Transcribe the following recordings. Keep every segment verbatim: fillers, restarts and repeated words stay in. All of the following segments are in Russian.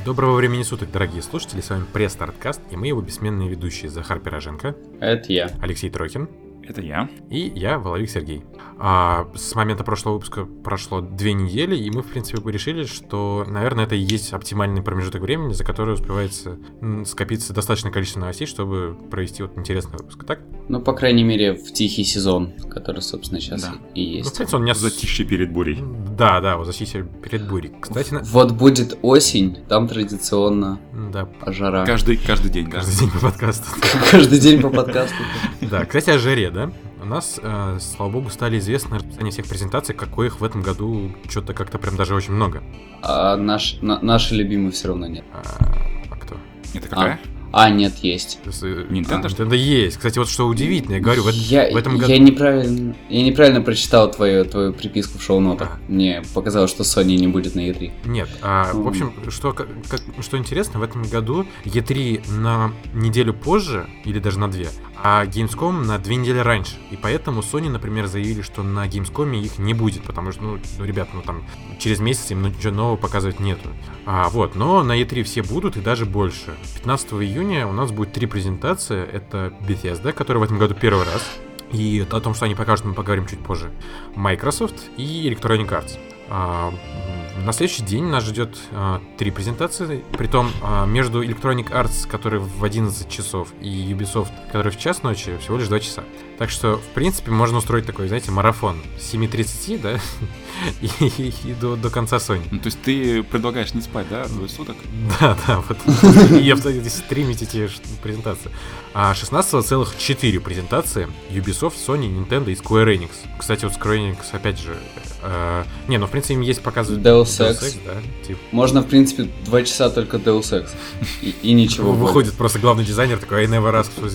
Доброго времени суток, дорогие слушатели, с вами Пресс-Старткаст, и мы его бессменные ведущие Захар Пироженко. Это я. Алексей Трохин. Это я. И я, Воловик Сергей. А, с момента прошлого выпуска прошло две недели, и мы, в принципе, решили, что, наверное, это и есть оптимальный промежуток времени, за который успевается скопиться достаточное количество новостей, чтобы провести вот интересный выпуск, так? Ну, по крайней мере, в тихий сезон, который, собственно, сейчас да. и есть. Ну, в принципе, он не... Затишье перед бурей. Да, да, вот затишье перед бурей. Кстати, на... Вот будет осень, там традиционно да. жара. Каждый, каждый день, да. Каждый день по подкасту. Каждый день по подкасту. Да, кстати, о жаре, да? У нас, э, слава богу, стали известны расписание всех презентаций, каких в этом году что-то как-то прям даже очень много. А наш, на, наши любимые все равно нет. А, а кто? Это какая? А, а нет, есть. Nintendo, а, что ли? Nintendo есть. Кстати, вот что удивительно, я говорю, в, я, в этом году... Я неправильно, я неправильно прочитал твою, твою приписку в шоу-нотах. А. Мне показалось, что Sony не будет на и три. Нет, а, в общем, что, как, что интересно, в этом году и три на неделю позже, или даже на две, а Gamescom на две недели раньше. И поэтому Sony, например, заявили, что на Gamescom их не будет, потому что, ну, ну ребят, ну там через месяц им ничего нового показывать нету. А, вот, но на и три все будут, и даже больше. пятнадцатого июня у нас будет три презентации. Это Bethesda, которая в этом году первый раз. И о том, что они покажут, мы поговорим чуть позже. Microsoft и Electronic Arts. А, на следующий день нас ждет а, три презентации. Притом а, между Electronic Arts, который в одиннадцать часов, и Ubisoft, который в час ночи, всего лишь два часа. Так что, в принципе, можно устроить такой, знаете, марафон с семи тридцати, да, и, и, и до, до конца Sony. Ну, то есть ты предлагаешь не спать, да, двое суток? Да, да, вот. И я стримить эти презентации. А шестнадцатого целых четыре презентации. Ubisoft, Sony, Nintendo и Square Enix. Кстати, вот Square Enix, опять же... Э, не, ну, в принципе, им есть показывать... Deus Ex. Deus Ex, да, типа. Можно, в принципе, два часа только Deus Ex. И, и ничего. Выходит просто главный дизайнер такой, I never asked for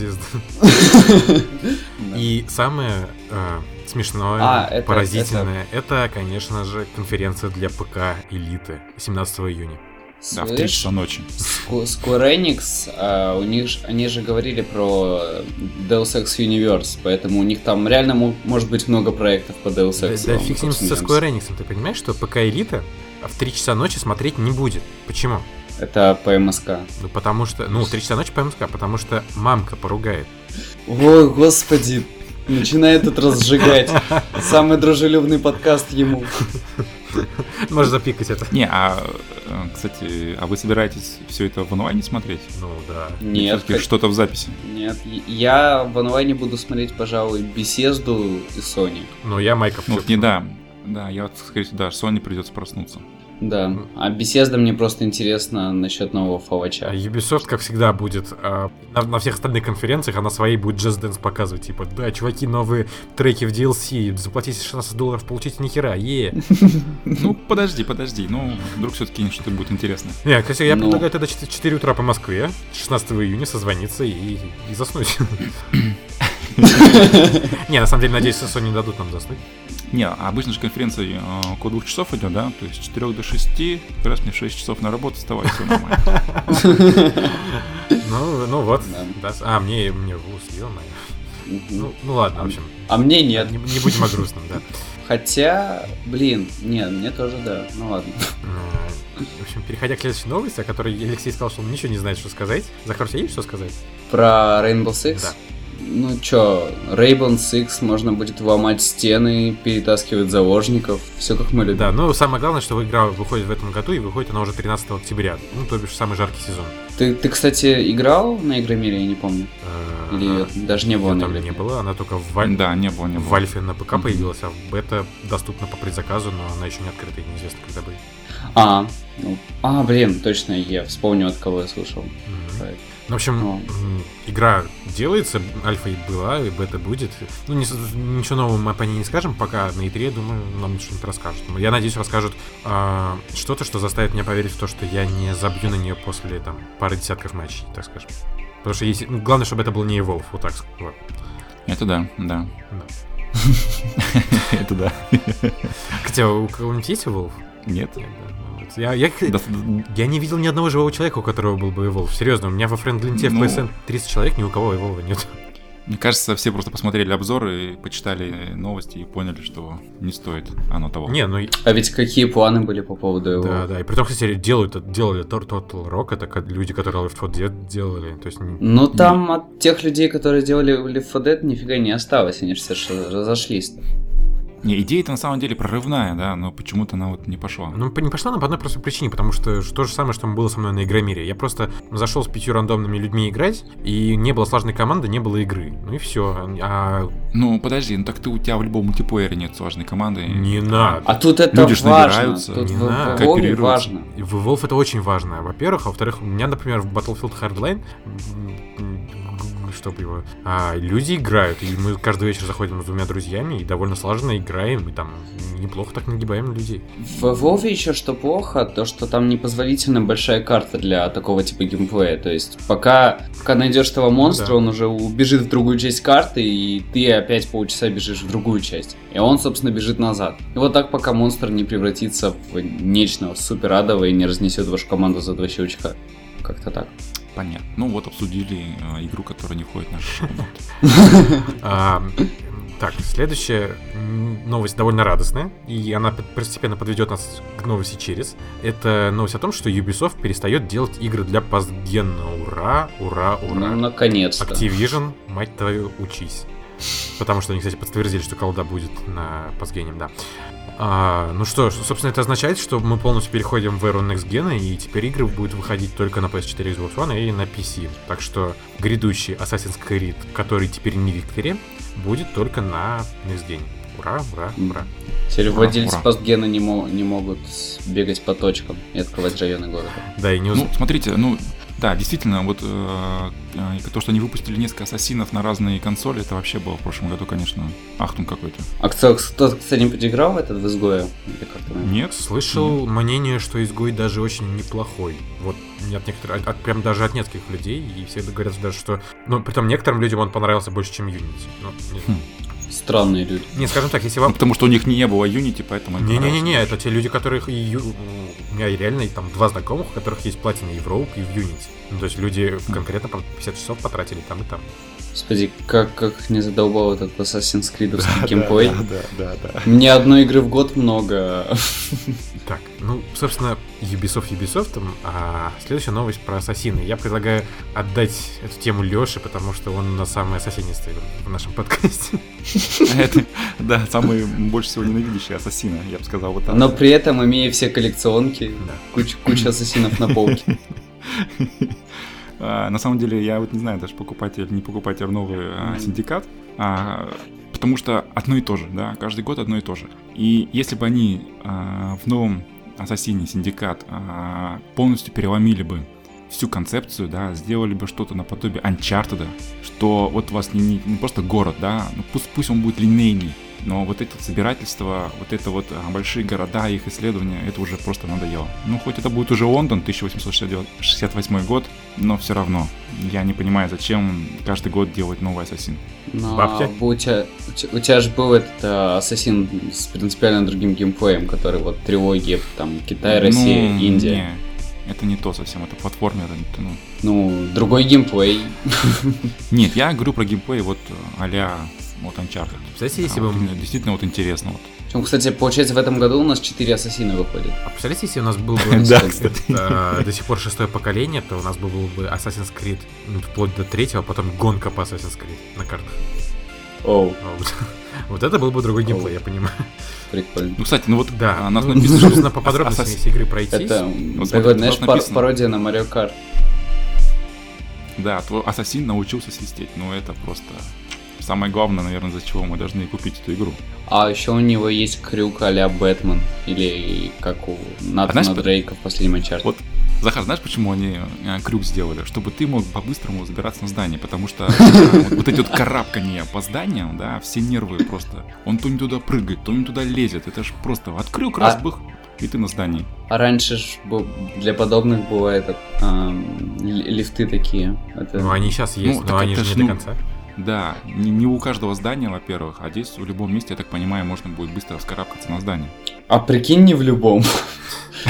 this. И самое э, смешное, а, это, поразительное, это... это, конечно же, конференция для ПК элиты семнадцатого июня. Да, в три часа ночи. Square Enix, а, у них, они же говорили про Deus Ex Universe, поэтому у них там реально м- может быть много проектов по Deus Ex. Да, да фиг с ним со Square Enix, ты понимаешь, что ПК элита в три часа ночи смотреть не будет. Почему? Это по эм эс ка. Ну, потому что... Ну, в три часа ночи по эм эс ка, потому что мамка поругает. Ой, господи, начинает это разжигать. Самый дружелюбный подкаст ему. Можно запикать это. Не, а, кстати, а вы собираетесь все это в онлайне смотреть? Ну, да. Нет. Как... Что-то в записи? Нет, я в онлайне буду смотреть, пожалуй, Bethesda и Sony. Ну, я Майков. Ну, вот не да. Да, я вот, скорее всего, да, Sony придется проснуться. Да, а Bethesda мне просто интересно насчет нового Фалача. Ubisoft, как всегда, будет а, на, на всех остальных конференциях, а на своей будет Just Dance показывать, типа, да, чуваки, новые треки в ди эл си, заплатите шестнадцать долларов, получите нихера, е. Ну, подожди, подожди, ну, вдруг все-таки что-то будет интересно. Не, кстати, я предлагаю тогда четыре утра по Москве, шестнадцатого июня созвониться и заснуть. Не, на самом деле, надеюсь, что Sony не дадут нам заснуть. Не, обычно же конференция э, около двух часов идет, да? То есть с четырёх до шести, как раз мне шесть часов на работу вставать, все нормально. Ну, ну вот. А, мне мне вуз, ё-моё. Ну ладно, в общем. А мне нет. Не будем о грустном, да. Хотя, блин, нет, мне тоже да, ну ладно. В общем, переходя к следующей новости, о которой Алексей сказал, что он ничего не знает, что сказать. Захар, у тебя есть что сказать? Про Rainbow Six? Да. Ну чё, Rainbow Six можно будет ломать стены, перетаскивать заложников, все как мы любим. Да, но самое главное, что игра выходит в этом году, и выходит она уже тринадцатого октября, ну, то бишь самый жаркий сезон. Ты, ты кстати, играл на Игромире, я не помню? Или даже не было на Игромире? Не было, она только в Вальфе. Да, не было, не было. В Вальфе на ПК появилась, а в бета доступна по предзаказу, но она еще не открыта, и неизвестно, когда будет. А, ну, а, блин, точно, я вспомню, от кого я слушал. Mm-hmm. Ну, в общем, oh. игра делается, альфа и была, и бета будет. Ну, не, ничего нового мы по ней не скажем, пока на и три, я думаю, нам что-нибудь расскажут. Я надеюсь, расскажут э, что-то, что заставит меня поверить в то, что я не забью на нее после там пары десятков матчей, так скажем. Потому что есть... главное, чтобы это был не Evolve, вот так вот. Это да, да. Это да. Хотя у кого-нибудь есть Evolve? Нет. Я, я, да, я не видел ни одного живого человека, у которого был бы Evolve. Серьезно, у меня во френдлинте в пи эс эн тридцать человек, ни у кого Evolve нет. Мне кажется, все просто посмотрели обзоры, почитали новости и поняли, что не стоит оно того. Не, ну... А ведь какие планы были по поводу его? Да, да, и при том, кстати, делают, делали Total Rock, это как люди, которые Left four Dead делали, то есть... Ну, там от тех людей, которые делали Left four Dead, нифига не осталось, они же все разошлись. Не, идея-то на самом деле прорывная, да, но почему-то она вот не пошла. Ну, не пошла она по одной простой причине, потому что то же самое, что было со мной на Игромире. Я просто зашел с пятью рандомными людьми играть, и не было слаженной команды, не было игры. Ну и все. А... Ну, подожди, ну так ты у тебя в любом мультиплеере нет слаженной команды. Не надо. А тут это люди важно. Тут не в, надо. в Вове важно. В Evolve это очень важно, во-первых. А во-вторых, у меня, например, в Battlefield Hardline... чтобы его... А, люди играют, и мы каждый вечер заходим с двумя друзьями и довольно слаженно играем, и там неплохо так нагибаем людей. В Вове еще что плохо, то что там непозволительно большая карта для такого типа геймплея. То есть пока, пока найдешь этого монстра, да. Он уже убежит в другую часть карты, и ты опять полчаса бежишь в другую часть. И он, собственно, бежит назад. И вот так, пока монстр не превратится в нечто супер адовое и не разнесет вашу команду за два щелчка. Как-то так. Понятно. Ну вот обсудили э, игру, которая не входит в нашу комнату. Так, следующая новость довольно радостная, и она постепенно подведет нас к новости через. Это новость о том, что Ubisoft перестает делать игры для постгена. Ура, ура, ура. Ну, наконец-то. Activision, мать твою, учись. Потому что они, кстати, подтвердили, что колда будет на постгене, да. А, ну что, собственно, это означает, что мы полностью переходим в эру Next Gen, и теперь игры будут выходить только на пи эс четыре, Xbox One и на пи си. Так что грядущий Assassin's Creed, который теперь не Victory, будет только на Next Gen. Ура, ура, ура. Теперь владельцы постгена не, мо- не могут бегать по точкам и открывать районы города. Да, и не уз... Ну, смотрите, ну... Да, действительно, вот э, э, то, что они выпустили несколько ассасинов на разные консоли, это вообще было в прошлом году, конечно, ахтум какой-то. А кто, кто кстати, не подиграл в этот в Изгоя? Нет, слышал нет. мнение, что Изгой даже очень неплохой. Вот от некоторых, от, прям даже от нескольких людей, и все говорят даже, что... Ну, притом некоторым людям он понравился больше, чем Unity. Ну, не знаю. Хм. Странные люди. Не, скажем так, если вам... Ну, потому что у них не было Unity, поэтому... Не-не-не, это те люди, которых... И... У меня реально там два знакомых, у которых есть платина и в Rogue, и в Unity. Ну, то есть люди конкретно пятьдесят часов потратили там и там. Господи, как, как не задолбал этот Assassin's Creed-овский геймплей. Да, да, да, да. Мне одной игры в год много. Так, ну, собственно, Ubisoft Ubisoft, а следующая новость про ассасины. Я предлагаю отдать эту тему Лёше, потому что он у нас самый ассасинистый в нашем подкасте. Это, да, самый больше всего ненавидящий ассасина, я бы сказал вот так. Но при этом, имея все коллекционки, куча, куча ассасинов на полке. Uh, на самом деле, я вот не знаю, даже покупать или не покупать новый uh, Синдикат, uh, потому что одно и то же, да, каждый год одно и то же. И если бы они uh, в новом Ассасине Синдикат uh, полностью переломили бы всю концепцию, да, сделали бы что-то наподобие Uncharted, что вот у вас не, не, не просто город, да, ну пусть, пусть он будет линейный, но вот это собирательство, вот это вот а, большие города, их исследования, это уже просто надоело. Ну, хоть это будет уже Лондон, тысяча восемьсот шестьдесят восьмой год, но все равно. Я не понимаю, зачем каждый год делать новый Ассасин. Но у тебя, у тебя же был этот а, Ассасин с принципиально другим геймплеем, который вот трилогия, там, Китай, Россия, ну, Индия. Не. Это не то совсем, это платформер. Это, ну... ну, другой геймплей. Нет, я говорю про геймплей вот а-ля вот Uncharted. Представляете, если а, бы... Вот, действительно вот интересно. Вот. Причем, кстати, получается, в этом году у нас четыре ассасина выходит. А представляете, если у нас был бы да, кстати. до сих пор шестое поколение, то у нас был бы Assassin's Creed вплоть до третьего, потом гонка по Assassin's Creed на картах. Оу. Вот это был бы другой геймплей, я понимаю. Прикольно. Ну, кстати, ну вот да, а, нас ну, написано, что нужно по подробностям из игры пройтись. Это, вот такой, смотри, знаешь, пар- пародия на Марио Карт. Да, твой ассасин научился свистеть, но это просто самое главное, наверное, за чего мы должны купить эту игру. А еще у него есть крюк а-ля Бэтмен, или как у Натана а знаешь, Дрейка в последнем Uncharted. Вот, Захар, знаешь, почему они а, крюк сделали? Чтобы ты мог по-быстрому забираться на здание, потому что а, вот эти вот карабкания по зданиям, да, все нервы просто. Он то не туда прыгает, то не туда лезет, это ж просто от крюк раз бых, и ты на здании. А раньше ж для подобных было это, а, лифты такие. Это... Ну они сейчас есть, ну, но они же не ну... до конца. Да, не, не у каждого здания, во-первых, а здесь в любом месте, я так понимаю, можно будет быстро вскарабкаться на здание. А прикинь, не в любом.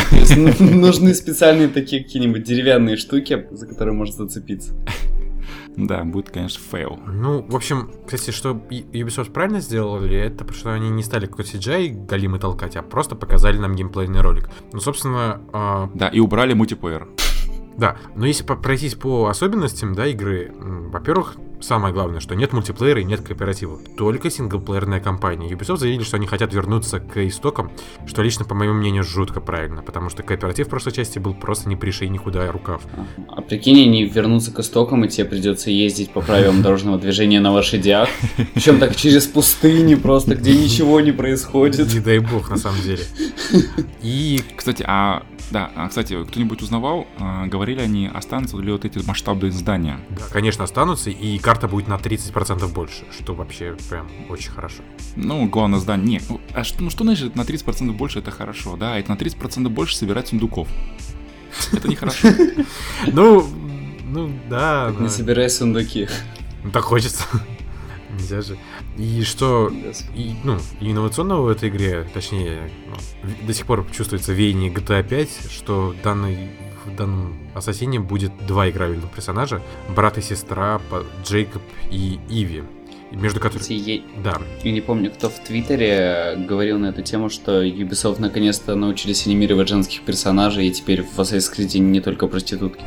Нужны специальные такие какие-нибудь деревянные штуки, за которые можно зацепиться. Да, будет, конечно, фейл. Ну, в общем, кстати, что Ubisoft правильно сделали, это что они не стали какой-то си джи ай галимый толкать, а просто показали нам геймплейный ролик. Ну, собственно... Э... Да, и убрали мультиплеер. Да, но если пройтись по особенностям, да, игры, во-первых, самое главное, что нет мультиплеера и нет кооператива. Только синглплеерная кампания. Ubisoft заявили, что они хотят вернуться к истокам, что лично, по моему мнению, жутко правильно, потому что кооператив в прошлой части был просто не пришей никуда рукав. А, а прикинь, они вернутся к истокам, и тебе придется ездить по правилам дорожного движения на лошадях, причем так через пустыни просто, где ничего не происходит. Не дай бог, на самом деле. И, кстати, а... Да, а, кстати, кто-нибудь узнавал, а, говорили они, останутся ли вот эти масштабные здания? Да, конечно, останутся, и карта будет на тридцать процентов больше, что вообще прям очень хорошо. Ну, главное здание... Не, а что, ну что значит на тридцать процентов больше, это хорошо, да? Это на тридцать процентов больше собирать сундуков. Это нехорошо. Ну, ну, да. Не собирай сундуки. Ну, так хочется. Нельзя же. И что, и, ну, инновационного в этой игре, точнее, ну, до сих пор чувствуется веяние джи ти эй пять, что данный, в данном Ассасине будет два играбельных персонажа, брат и сестра, Джейкоб и Иви. Между которыми... Я... Да. Я не помню, кто в Твиттере говорил на эту тему, что Ubisoft наконец-то научились анимировать женских персонажей, и теперь в Assassin's Creed не только проститутки.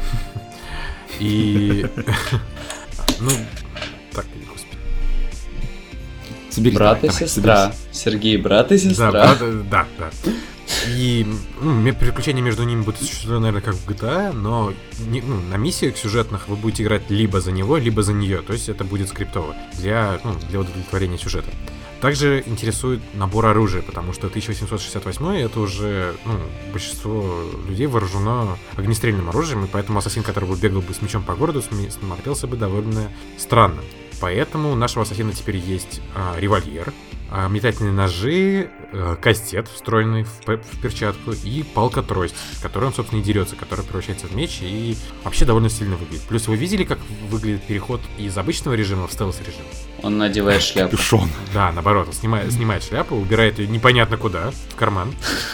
И... Ну, так, Соберись, брат давай, и давай, сестра. Соберись. Сергей, брат и сестра. Да, брат, да, да. И ну, переключения между ними будут существовать, наверное, как в джи ти эй, но не, ну, на миссиях сюжетных вы будете играть либо за него, либо за нее. То есть это будет скриптово для, ну, для удовлетворения сюжета. Также интересует набор оружия, потому что тысяча восемьсот шестьдесят восемь это уже, ну, большинство людей вооружено огнестрельным оружием, и поэтому ассасин, который бы бегал бы с мечом по городу, смотрелся бы довольно странно. Поэтому у нашего ассасина теперь есть а, револьвер, а, метательные ножи, а, кастет, встроенный в, в перчатку, и палка-трость, которой он, собственно, и дерется, которая превращается в меч и вообще довольно сильно выглядит. Плюс вы видели, как выглядит переход из обычного режима в стелс-режим? Он надевает шляпу. Капюшон. Да, наоборот, он снимает, снимает шляпу, убирает ее непонятно куда, в карман.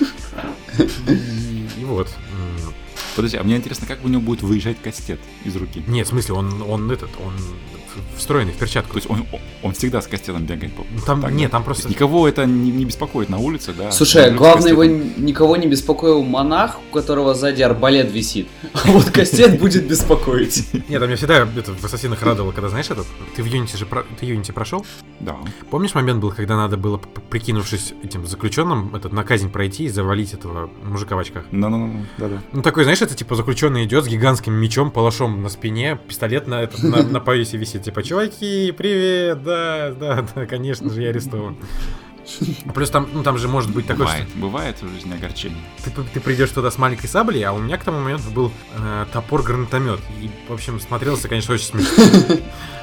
И вот. Подожди, а мне интересно, как у него будет выезжать кастет из руки? Нет, в смысле, он, он этот, он встроенный в перчатку. То есть он, он всегда с кастетом бегает? Там, так, нет, там просто... Никого это не, не беспокоит на улице, да? Слушай, главное, его никого не беспокоил монах, у которого сзади арбалет висит. А вот кастет будет беспокоить. Нет, а меня всегда это, в Ассасинах радовало, когда, знаешь, этот, ты в Unity же ты Unity прошел? Да. Помнишь момент был, когда надо было, прикинувшись этим заключенным, этот, на казнь пройти и завалить этого мужика в очках? Ну-ну-ну, да-да. Ну такой, знаешь, это типа заключенный идет с гигантским мечом, палашом на спине, пистолет на, этот, на, на поясе висит. Типа, чуваки, привет, да, да, да, конечно же, я арестован. Плюс там, ну там же может быть такое, бывает, что... Бывает в жизни огорчение. Ты, ты придешь туда с маленькой саблей, а у меня к тому моменту был э, топор-гранатомет. И, в общем, смотрелся, конечно, очень смешно.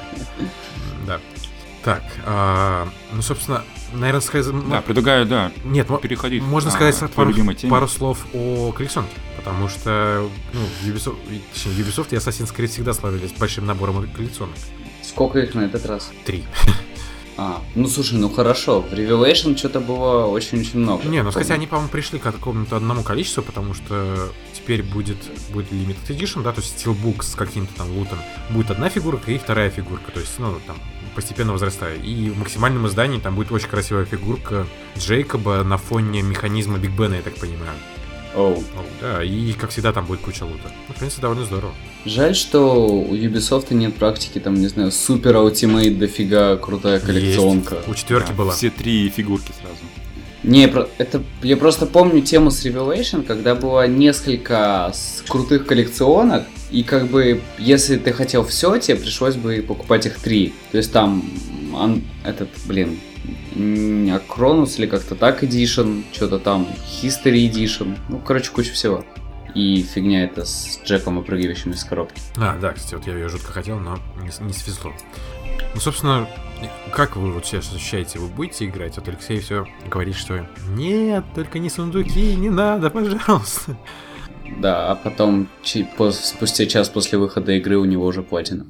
Да. Так, ну, собственно, наверное, сказать... Да, предлагаю, да, Нет, переходить. Можно сказать пару слов о коллекционке. Потому что, ну, Ubisoft, точнее, Ubisoft и Assassin's Creed всегда славились большим набором коллекционок. Сколько их на этот раз? Три. А, ну слушай, ну хорошо, в Revelation что-то было очень-очень много. Не, ну, кстати, они, по-моему, пришли к какому-то одному количеству, потому что теперь будет, будет Limited Edition, да, то есть Steelbook с каким-то там лутом. Будет одна фигурка и вторая фигурка, то есть, ну, там, постепенно возрастая. И в максимальном издании там будет очень красивая фигурка Джейкоба на фоне механизма Биг Бена, я так понимаю. Оу. Oh. Oh, да, и, как всегда, там будет куча лута. Ну, в принципе, довольно здорово. Жаль, что у Ubisoft нет практики, там, не знаю, супер ультимейт дофига крутая коллекционка. Есть. У четверки да, была. Все три фигурки сразу. Не, это я просто помню тему с Revelation, когда было несколько крутых коллекционок, и как бы, если ты хотел все, тебе пришлось бы покупать их три. То есть там, он, этот, блин, Акронус или как-то так Edition, что-то там, History Edition, ну, короче, куча всего. И фигня это с Джеком, выпрыгивающим из коробки. А, да, кстати, вот я ее жутко хотел, но не, не свезло. Ну, собственно, как вы вот сейчас ощущаете? Вы будете играть? Вот Алексей все говорит, что нет, только не сундуки, не надо, пожалуйста. Да, а потом, спустя час после выхода игры, у него уже платина.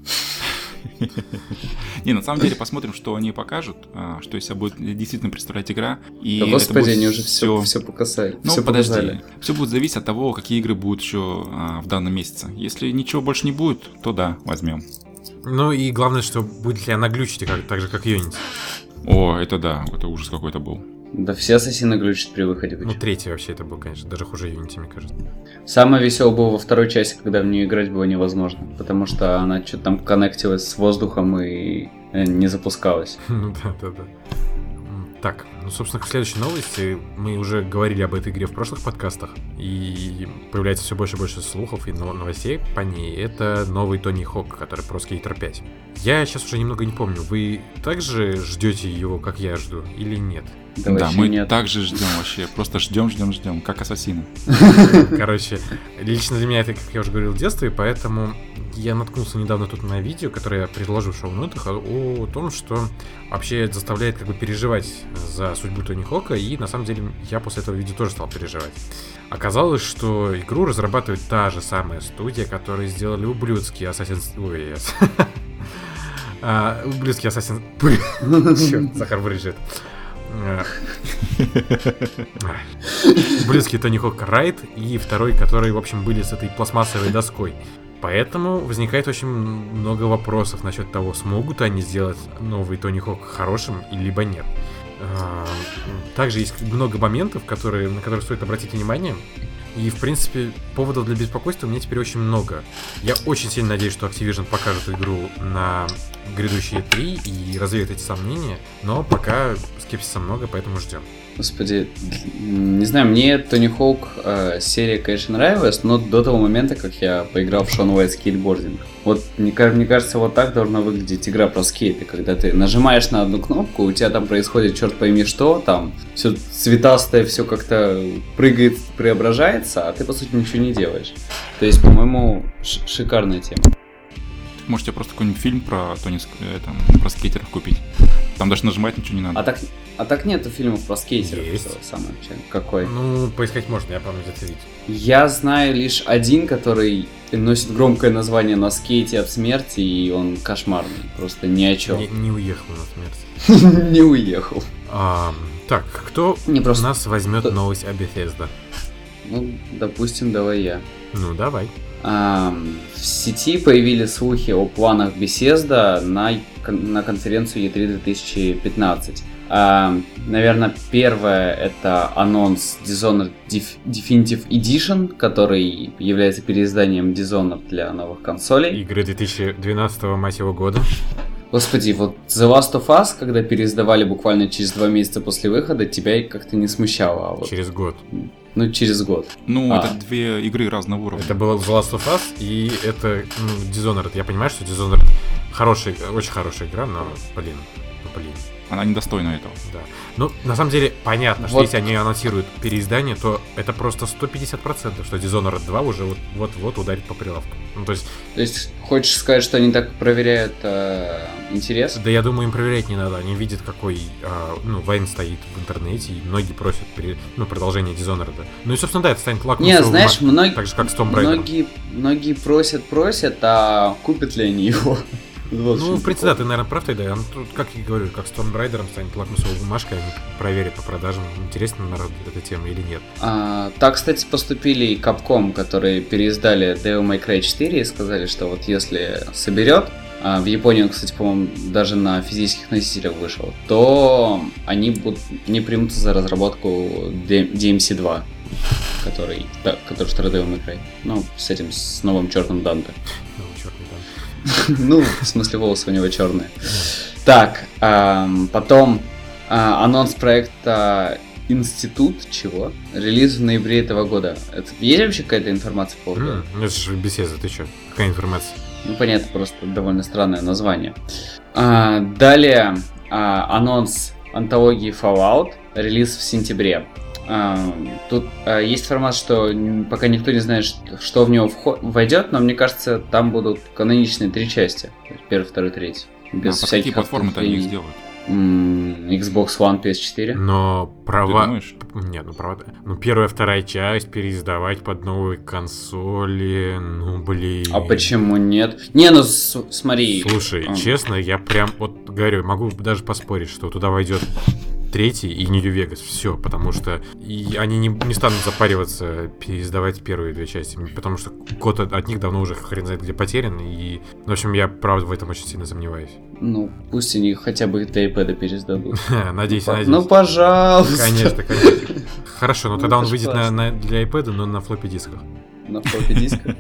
Не, на самом деле посмотрим, что они покажут, что из себя будет действительно представлять игра. И да, господи, они уже все, все показали. Ну, все подожди, показали. Все будет зависеть от того, какие игры будут еще а, в данном месяце. Если ничего больше не будет, то да, возьмем. Ну и главное, что будет ли она глючить как, так же, как Unity. О, это да, это ужас какой-то был. Да все ассасины глючат при выходе. Ну, третий вообще это был, конечно, даже хуже Unity, мне кажется. Самое веселое было во второй части, когда в нее играть было невозможно, потому что она что-то там коннектилась с воздухом и не запускалась. Ну да, да, да. Так, ну, собственно, к следующей новости. Мы уже говорили об этой игре в прошлых подкастах, и появляется все больше и больше слухов и новостей по ней. Это новый Тони Хок, который Pro Skater пять. Я сейчас уже немного не помню, вы также ждете его, как я жду, или нет? Да, да мы нет. также ждем вообще, просто ждем, ждем, ждем, как ассасины. Короче, лично для меня это, как я уже говорил, детство, и поэтому я наткнулся недавно тут на видео, которое я предложил в шоу-нотах, о том, что вообще заставляет как бы переживать за судьбу Тони Хока, и на самом деле я после этого видео тоже стал переживать. Оказалось, что игру разрабатывает та же самая студия, которая сделали ублюдский Assassin's... Ой, yes. а, ублюдский Assassin's... Черт, Захар вырежет. Ублюдский Тони Хок Райд и второй, которые, в общем, были с этой пластмассовой доской. Поэтому возникает очень много вопросов насчет того, смогут они сделать новый Тони Хок хорошим, либо нет. Также есть много моментов, которые, на которые стоит обратить внимание. И, в принципе, поводов для беспокойства у меня теперь очень много. Я очень сильно надеюсь, что Activision покажет игру на грядущие три и развеет эти сомнения. Но пока скепсиса много, поэтому ждем. Господи, не знаю, мне Тони Хоук э, серия, конечно, нравилась, но до того момента, как я поиграл в Шон Уайт скейтбординг. Вот, мне, мне кажется, вот так должна выглядеть игра про скейты, когда ты нажимаешь на одну кнопку, у тебя там происходит черт пойми что, там все цветастое, все как-то прыгает, преображается, а ты, по сути, ничего не делаешь. То есть, по-моему, ш- шикарная тема. Можете просто какой-нибудь фильм про Тони, там, про скейтеров купить. Там даже нажимать ничего не надо. А так, а так нету фильмов про скейтеров. Есть. Самое вообще. Какой? Ну, поискать можно, я помню, где-то видел. Я знаю лишь один, который носит громкое название «На скейте от смерти», и он кошмарный, просто ни о чем. Не, не уехал на смерть. Не уехал. А, так, кто Не, просто... у нас возьмет новость о Bethesda? Ну, допустим, давай я. Ну, давай. А, в сети появились слухи о планах Bethesda на, на конференцию и три две тысячи пятнадцать. А, наверное, первое это анонс Dishonored Def- Definitive Edition, который является переизданием Dishonored для новых консолей. Игры две тысячи двенадцатого, мать его, года. Господи, вот The Last of Us, когда переиздавали буквально через два месяца после выхода, тебя как-то не смущало. А вот... Через год. Ну, через год. Ну, а. это две игры разного уровня. Это было The Last of Us и это, ну, Dishonored. Я понимаю, что Dishonored хорошая, очень хорошая игра, но, блин, ну, блин. Она недостойна этого. Да. Ну, на самом деле, понятно, что вот. если они анонсируют переиздание, то это просто сто пятьдесят процентов, что Dishonored два уже вот- вот-вот ударит по прилавку. Ну, то есть... То есть, хочешь сказать, что они так проверяют э, интерес? Да, я думаю, им проверять не надо. Они видят, какой, а, ну, вайн стоит в интернете, и многие просят пере... ну, продолжение Dishonored. Ну и, собственно, да, это станет лакмусовым Не, знаешь, бумаг- многие, так же, как с Tomb Raider. многие, многие просят, просят, а купят ли они его? Вот Ну, в принципе, да, ты, наверное, прав тогда. Он тут, как я говорю, как с Tomb Raider станет лакмусовой бумажкой, они проверят по продажам, интересна народу эта тема или нет. А, так, кстати, поступили и Capcom, которые переиздали Devil May Cry четыре и сказали, что вот если соберет, а в Японии он, кстати, по-моему, даже на физических носителях вышел, то они будут не примутся за разработку ди эм си два, который, да, который второй Devil May Cry. Ну, с этим, с новым черным Данте. Ну, черт не там. Ну, в смысле, волосы у него черные. Так, потом анонс проекта Институт чего? Релиз в ноябре этого года. Это есть вообще какая-то информация по поводу? Ну, это же Bethesda, ты чё? Какая информация? Ну, понятно, просто довольно странное название. А, далее а, анонс антологии Fallout, релиз в сентябре. А, тут а, есть информация, что пока никто не знает, что, что в него вход, войдет, но мне кажется, там будут каноничные три части. Первый, второй, третий. Без а всяких какие платформы-то они их сделают? М, Xbox One, пи эс четыре. Но Ты права... думаешь? Нет, ну права... Ну, первая, вторая часть переиздавать под новые консоли, ну, блин. А почему нет? Не, ну с- смотри. Слушай, а. честно, я прям, вот говорю, могу даже поспорить, что туда войдет третий и Нью-Вегас. Все, потому что и они не, не станут запариваться переиздавать первые две части, потому что код от, от них давно уже хрен знает где потерян. И, в общем, я правда в этом очень сильно сомневаюсь. Ну, пусть они хотя бы для iPad пересдадут. Надеюсь, ну, надеюсь. Ну, пожалуйста. Конечно, конечно. Хорошо, но тогда он выйдет для iPad, но на флоппи дисках. На флоппи дисках.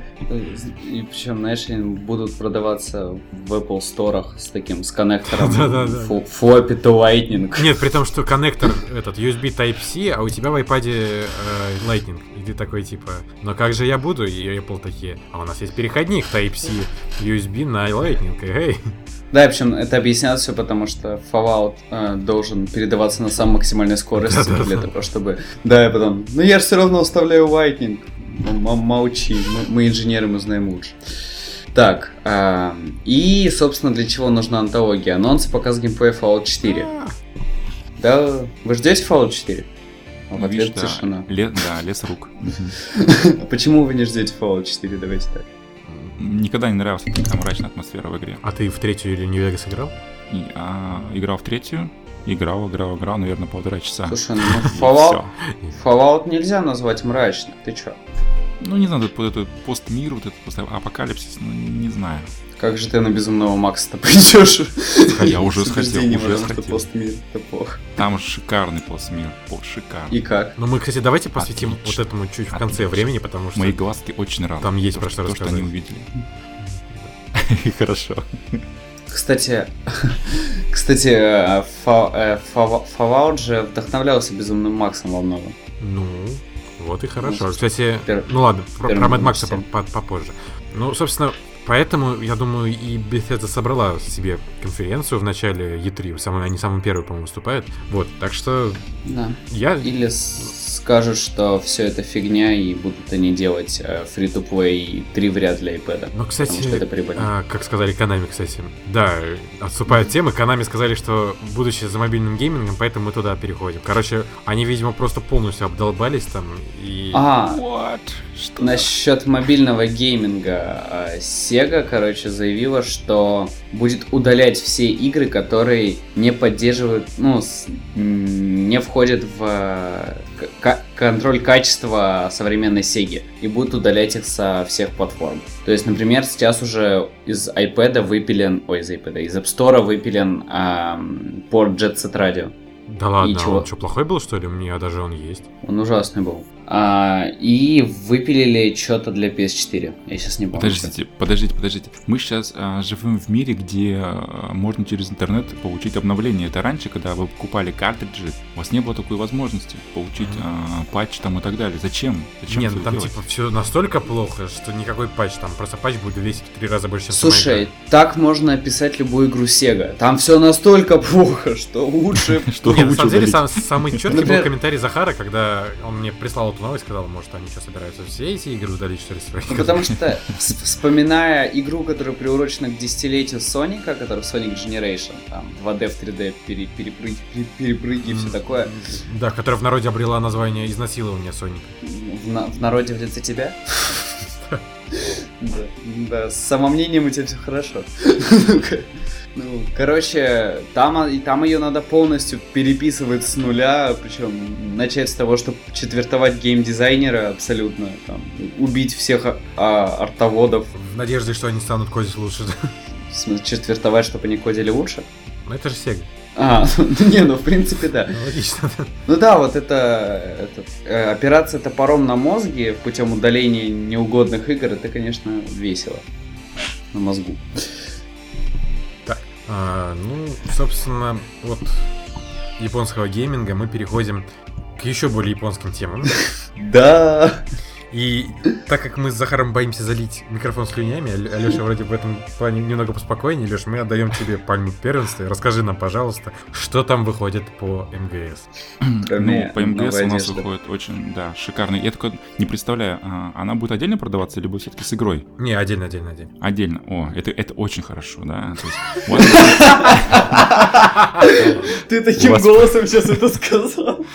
И причем, знаешь, они будут продаваться в Apple Store'ах с таким, с коннектором флоппи to Lightning. Нет, при том, что коннектор этот ю эс би Type-C, а у тебя в iPad э, Lightning. И ты такой типа, но как же я буду? И Apple такие, а у нас есть переходник Type-C ю эс би на Lightning. Эй. Да, в общем, это объясняется все, потому что Fallout э, должен передаваться на самой максимальной скорости для того, чтобы... Да, и потом, ну я же все равно вставляю Lightning. Молчи, мы, мы инженеры, мы знаем лучше. Так, э, и, собственно, для чего нужна антология? Анонсы, показ геймплея Fallout четыре. Да, вы ждете Fallout четыре? А в ответ да, тишина. Ле, да, лес рук. Почему вы не ждете Fallout четыре? Давайте так. Никогда не нравилась такая мрачная атмосфера в игре. А ты в третью или Нью-Вегас играл? И, а, играл в третью. Играл, играл, играл, наверное, полтора часа. Слушай, ну Fallout, Fallout нельзя назвать мрачно. Ты чё? Ну, не знаю, вот этот постмир, вот этот постапокалипсис, ну, не знаю. Как же ты на Безумного Макса-то пойдешь? Я уже сходил, уже сходил. Постмир, это плохо. Там шикарный постмир, шикарный. И как? Ну, мы, кстати, давайте посвятим вот этому чуть в конце времени, потому что... Мои глазки очень рады. Там есть про что рассказать. То, что они увидели. Хорошо. Кстати, кстати, Fallout же вдохновлялся Безумным Максом во многом. Ну, вот и хорошо. Кстати, ну ладно, про Мэд Макса попозже. Ну, собственно, поэтому, я думаю, и Bethesda собрала себе конференцию в начале и три. Они самым первым, по-моему, выступают. Вот, так что... Да. Я... Или скажут, что все это фигня, и будут они делать э, free-to-play три вряд для iPad. Ну, кстати, а, как сказали Konami, кстати, да, отступая от темы, Konami сказали, что будущее за мобильным геймингом, поэтому мы туда переходим. Короче, они, видимо, просто полностью обдолбались там и... А, насчет мобильного гейминга. Sega, короче, заявила, что будет удалять все игры, которые не поддерживают, ну, с, не входят в к- контроль качества современной Sega, и будут удалять их со всех платформ. То есть, например, сейчас уже из iPad выпилен, ой, из iPad, из App Store выпилен эм, порт Jet Set Radio. Да ладно, а он что, плохой был, что ли? У меня даже он есть. Он ужасный был. А, и выпилили что-то для пи эс четыре. Я сейчас не помню. Подождите, подождите, подождите. Мы сейчас а, живем в мире, где а, можно через интернет получить обновление. Это раньше, когда вы покупали картриджи, у вас не было такой возможности получить mm-hmm. а, патч там и так далее. Зачем? Зачем Нет, ну там делать? Типа все настолько плохо, что никакой патч, там просто патч будет весить в три раза больше, чем Слушай, так можно описать любую игру Sega. Там все настолько плохо, что лучше... Нет, на самом деле, самый четкий был комментарий Захара, когда он мне прислал эту новость, сказал, может, они что, собираются все эти игры удалить, что ли, свои? Ну, потому что, вспоминая игру, которая приурочена к десятилетию Соника, которая Sonic Generation, там, два дэ в три дэ, пере, перепрыг, перепрыги и все такое. Да, которая в народе обрела название «Изнасилование Соника». В, на, в народе в лице тебя? Да, с самомнением у тебя все хорошо. Ну, короче, там, там ее надо полностью переписывать с нуля, причем начать с того, чтобы четвертовать геймдизайнера абсолютно, там, убить всех а, артоводов. В надежде, что они станут кодить лучше. В смысле, четвертовать, чтобы они кодили лучше? Ну это же Sega. А, не, ну в принципе да. Ну, логично. Ну да, вот это, это э, операция топором на мозге путем удаления неугодных игр, это, конечно, весело. На мозгу. А, ну, собственно, от японского гейминга мы переходим к еще более японским темам. Да. И так как мы с Захаром боимся залить микрофон слюнями, Алеша вроде в этом плане немного поспокойнее, Леш, мы отдаем тебе пальму первенства. Расскажи нам, пожалуйста, что там выходит по эм гэ эс. Ну, по эм гэ эс у нас выходит очень, да, шикарный. Я только не представляю, она будет отдельно продаваться, либо все-таки с игрой? Не, отдельно, отдельно, отдельно. Отдельно. О, это, это очень хорошо, да. Ты таким голосом сейчас это сказал.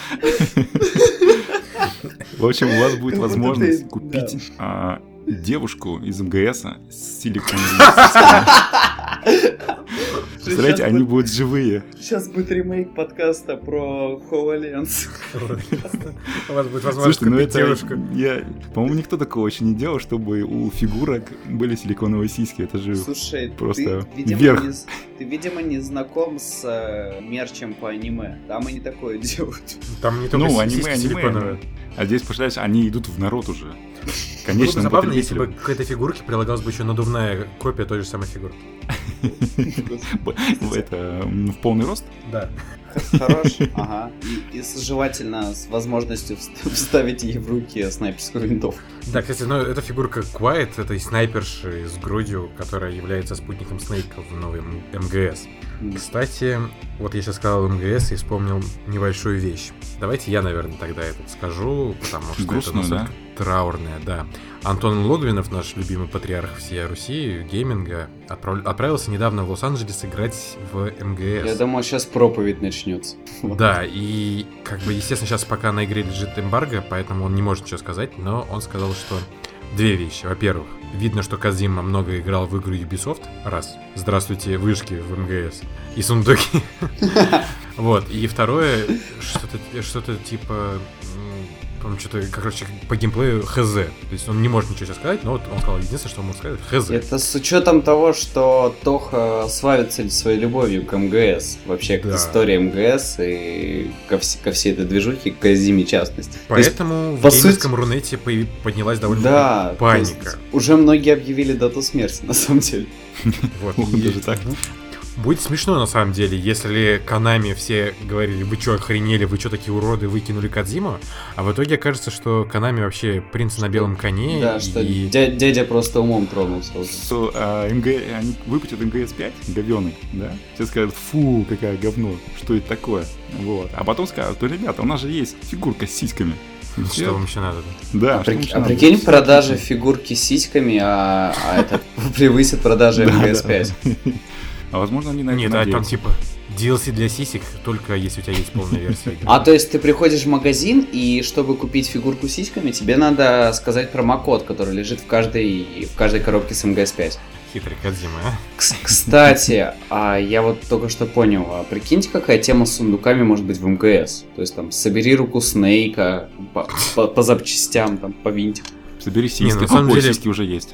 В общем, у вас будет возможность купить а, девушку из эм гэ эс с силиконовыми Представляете, они будут живые. Сейчас будет ремейк подкаста про HoloLens. У вас будет возможность купить девушку. По-моему, никто такого еще не делал, чтобы у фигурок были силиконовые сиськи. Это же просто вверх. Ты, видимо, не знаком с мерчем по аниме. Там они такое делают. Там не только ну, аниме, сиськи силиконовые. А здесь, представляешь, они идут в народ уже. Конечно, было бы забавно, если бы к этой фигурке прилагалась бы еще надувная копия той же самой фигурки. Это в полный рост? Да. Хорош, ага. И, и желательно с возможностью вставить ей в руки снайперскую винтовку. Да, кстати, ну эта фигурка Quiet, это и снайперши с грудью, которая является спутником Снейка в новом эм гэ эс. Mm. Кстати, вот я сейчас сказал эм гэ эс и вспомнил небольшую вещь. Давайте я, наверное, тогда это скажу, потому что грустную, это настолько да? траурное, да. Антон Логвинов, наш любимый патриарх всей Руси, гейминга, отправ... отправился недавно в Лос-Анджелес играть в эм гэ эс. Я думаю, сейчас проповедь начнется. Да, и как бы, естественно, сейчас пока на игре лежит эмбарго, поэтому он не может ничего сказать, но он сказал, что две вещи. Во-первых, видно, что Кодзима много играл в игру Ubisoft, раз. Здравствуйте, вышки в эм гэ эс и сундуки. Вот, и второе, что-то что-то типа... Там что-то, короче, по геймплею хз. То есть он не может ничего сейчас сказать, но вот он сказал единственное, что он мог сказать, хз. Это с учетом того, что Тоха славится своей любовью к эм гэ эс, вообще да. к истории эм гэ эс и ко, вс- ко всей этой движухе, к Кодзиме в частности. Поэтому есть, в геймерском сути... Рунете поднялась довольно да, паника. Уже многие объявили дату смерти, на самом деле. Вот, даже так. Будет смешно, на самом деле, если Konami все говорили, вы что, охренели, вы что, такие уроды, выкинули Кодзиму, а в итоге окажется, что Konami вообще принц на белом коне. Да, и... что дядя, дядя просто умом тронулся. Что а, эм гэ, они выпустят эм гэ эс пять, говёный, да? Все скажут, фу, какая говно, что это такое? Вот. А потом скажут, то, ребята, у нас же есть фигурка с сиськами. Что Все? Вам еще надо? Да, а при... а прикинь, надо? Продажи фигурки с сиськами, а, а это превысит продажи эм гэ эс пять. А возможно, они на Нет, а там типа ди эл си для сисек, только если у тебя есть полная версия игры. А то есть ты приходишь в магазин, и чтобы купить фигурку с сиськами, тебе надо сказать промокод, который лежит в каждой, в каждой коробке с эм гэ эс пять. Хитрый Кодзима, а? Кстати, а я вот только что понял, а прикиньте, какая тема с сундуками может быть в эм гэ эс. То есть там собери руку Снейка по, по, по запчастям, там, по винтику. Собери сиськи, на самом деле сиськи уже есть.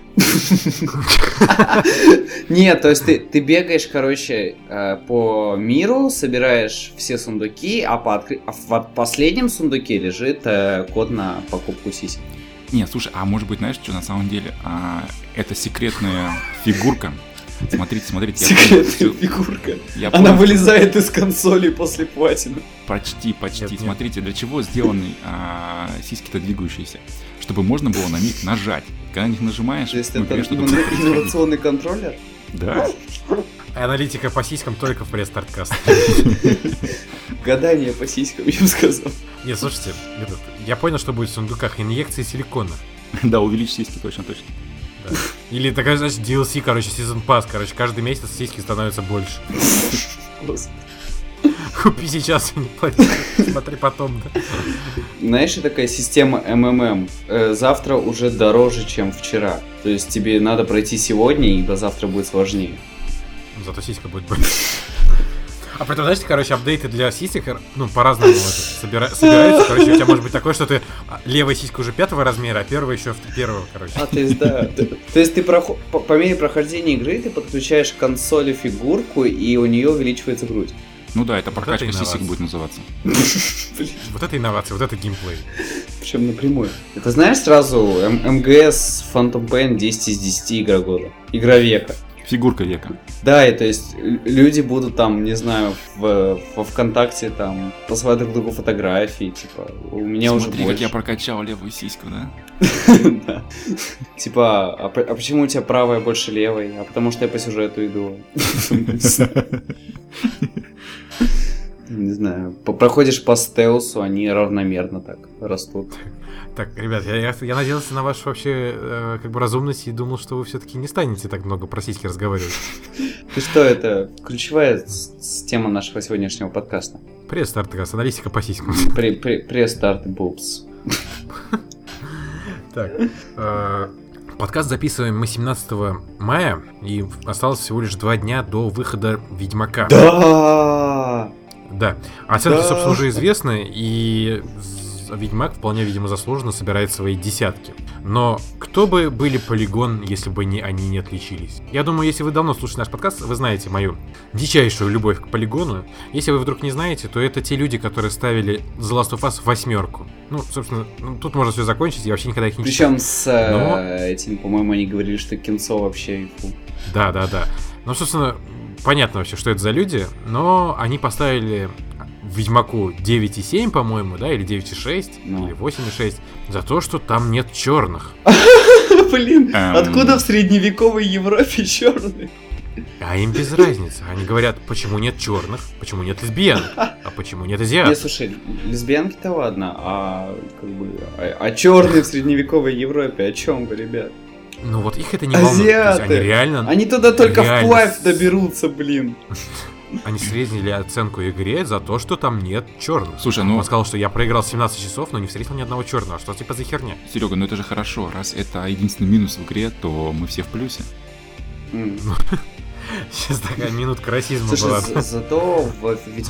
Нет, то есть ты, ты бегаешь, короче, по миру, собираешь все сундуки, а, по откры... а в последнем сундуке лежит код на покупку сисек. Нет, слушай, а может быть, знаешь, что на самом деле? А, это секретная фигурка. Смотрите, смотрите. Секретная фигурка. Она вылезает из консоли после платины. Почти, почти. Смотрите, для чего сделаны сиськи-то двигающиеся? Чтобы можно было на них нажать. Когда на них нажимаешь... То есть это инновационный контроллер? Да. Аналитика по сиськам только в пресс-старткаст. Гадание по сиськам, я бы сказал. Нет, слушайте, этот, я понял, что будет в сундуках инъекции силикона. Да, увеличь сиськи, точно, точно. Да. Или такая, значит, ди эл си, короче, Season Pass, короче, каждый месяц сиськи становятся больше. Купи сейчас, не плати, смотри потом, да. Знаешь, такая система эм эм эм. Э, завтра уже дороже, чем вчера. То есть тебе надо пройти сегодня, ибо завтра будет сложнее. Зато сиська будет больше. А потом, знаете, короче, апдейты для сисек, ну, по-разному собира... собираются. Короче, у тебя может быть такое, что ты левая сиська уже пятого размера, а первая еще первого, короче. А, то есть, да. То есть ты проход... по, по мере прохождения игры ты подключаешь к консоли фигурку, и у нее увеличивается грудь. Ну да, это прокачка сисек будет называться. Вот это инновация, вот это геймплей. Причем напрямую. Это знаешь сразу эм гэ эс Phantom Pain десять из десяти игра года. Игра века. Фигурка века. Да, и то есть люди будут там, не знаю, в, во ВКонтакте там посылать друг другу фотографии, типа, у меня уже больше. Смотри, как я прокачал левую сиську, да? Да. Типа, а почему у тебя правая больше левой? А потому что я по сюжету иду. Не знаю, проходишь по стелсу, они равномерно так растут. Так, ребят, я, я, я надеялся на вашу вообще э, как бы разумность и думал, что вы все-таки не станете так много про сиськи разговаривать. Ты что, это ключевая тема нашего сегодняшнего подкаста. Пресс-старт, аналитика по сиськам. Пресс-старт бубс. Так, Подкаст записываем мы семнадцатого мая, и осталось всего лишь два дня до выхода Ведьмака. Да! Да. Оценки, Да. собственно, уже известны, и Ведьмак вполне, видимо, заслуженно собирает свои десятки. Но кто бы были Polygon, если бы не, они не отличились? Я думаю, если вы давно слушаете наш подкаст, вы знаете мою дичайшую любовь к Полигону. Если вы вдруг не знаете, то это те люди, которые ставили The Last of Us восьмерку. Ну, собственно, ну, тут можно все закончить, я вообще никогда их не читал. Причем с э, Но- этим, по-моему, они говорили, что кинцо вообще фу. Да, да, да. Ну, собственно, понятно вообще, что это за люди, но они поставили Ведьмаку девять и семь, по-моему, да, или девять и шесть, Ну. или восемь и шесть, за то, что там нет черных. Блин, Эм. откуда в средневековой Европе черный? А им без разницы. Они говорят, почему нет черных, почему нет лесбиянок, а почему нет Не, азиатов. слушай, лесбиянки-то ладно, а как бы, а, а черные в средневековой Европе, о чем вы, ребят? Ну вот их это не волнует. То есть Азиаты! они реально, Они туда только реально вплавь с- доберутся, блин. они срезали оценку игре за то, что там нет черных. Слушай, ну, Он сказал, что я проиграл семнадцать часов, но не встретил ни одного черного. Что типа за херня? Серега, ну это же хорошо. Раз это единственный минус в игре, то мы все в плюсе. М. Сейчас такая минутка расизма Слушай, была. за- зато в Ведь-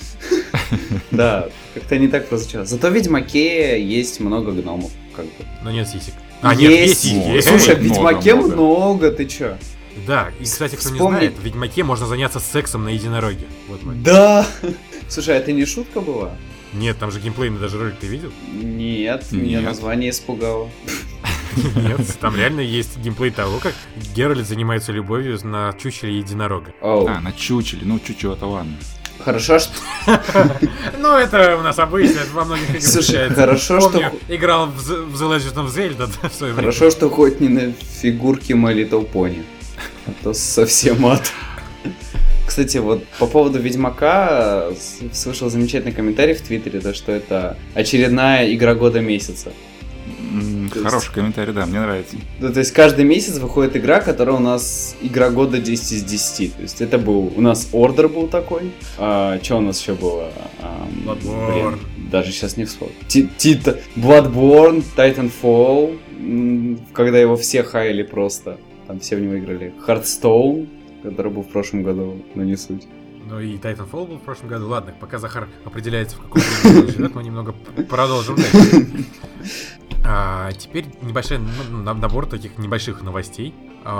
Да, как-то не так прозвучало. Зато в Ведьмаке есть много гномов, как бы. Но нет сисек. А, нет, есть Есть. сиськи. Слушай, в Много, Ведьмаке много. много, ты чё? Да, и, кстати, кто не Вспомни- знает, в Ведьмаке можно заняться сексом на единороге. Вот, вот. Да! Слушай, а это не шутка была? Нет, там же геймплейный даже ролик, ты видел? Нет, меня Нет. название испугало. Нет, там реально есть геймплей того, как Геральт занимается любовью на чучеле единорога. Оу, А, на чучеле, ну чучело-то ладно. хорошо, что... Ну, это у нас обычно, это во многих играх Слушай, встречается. хорошо, что... Помню, играл в The в The Legend of Zelda да, в свое время. Хорошо, что хоть не на фигурке My Little Pony. А то совсем ад. Кстати, вот по поводу Ведьмака с- слышал замечательный комментарий в Твиттере, то что это очередная игра года месяца. М, То есть- Хороший комментарий, да, мне нравится. Ну, то есть каждый месяц выходит игра, которая у нас игра года десять из десяти. То есть это был... У нас Order был такой. А, что у нас еще было? А, Bloodborne. блин, даже сейчас не вспомню. Ти- Тита... Bloodborne, Titanfall. м, Когда его все хайли просто. Там все в него играли. Hearthstone, который был в прошлом году, но не суть. Ну и Titanfall был в прошлом году. Ладно, пока Захар определяется, в каком времени он живет, мы немного п- продолжим дальше. А, теперь небольшой ну, на- набор таких небольших новостей.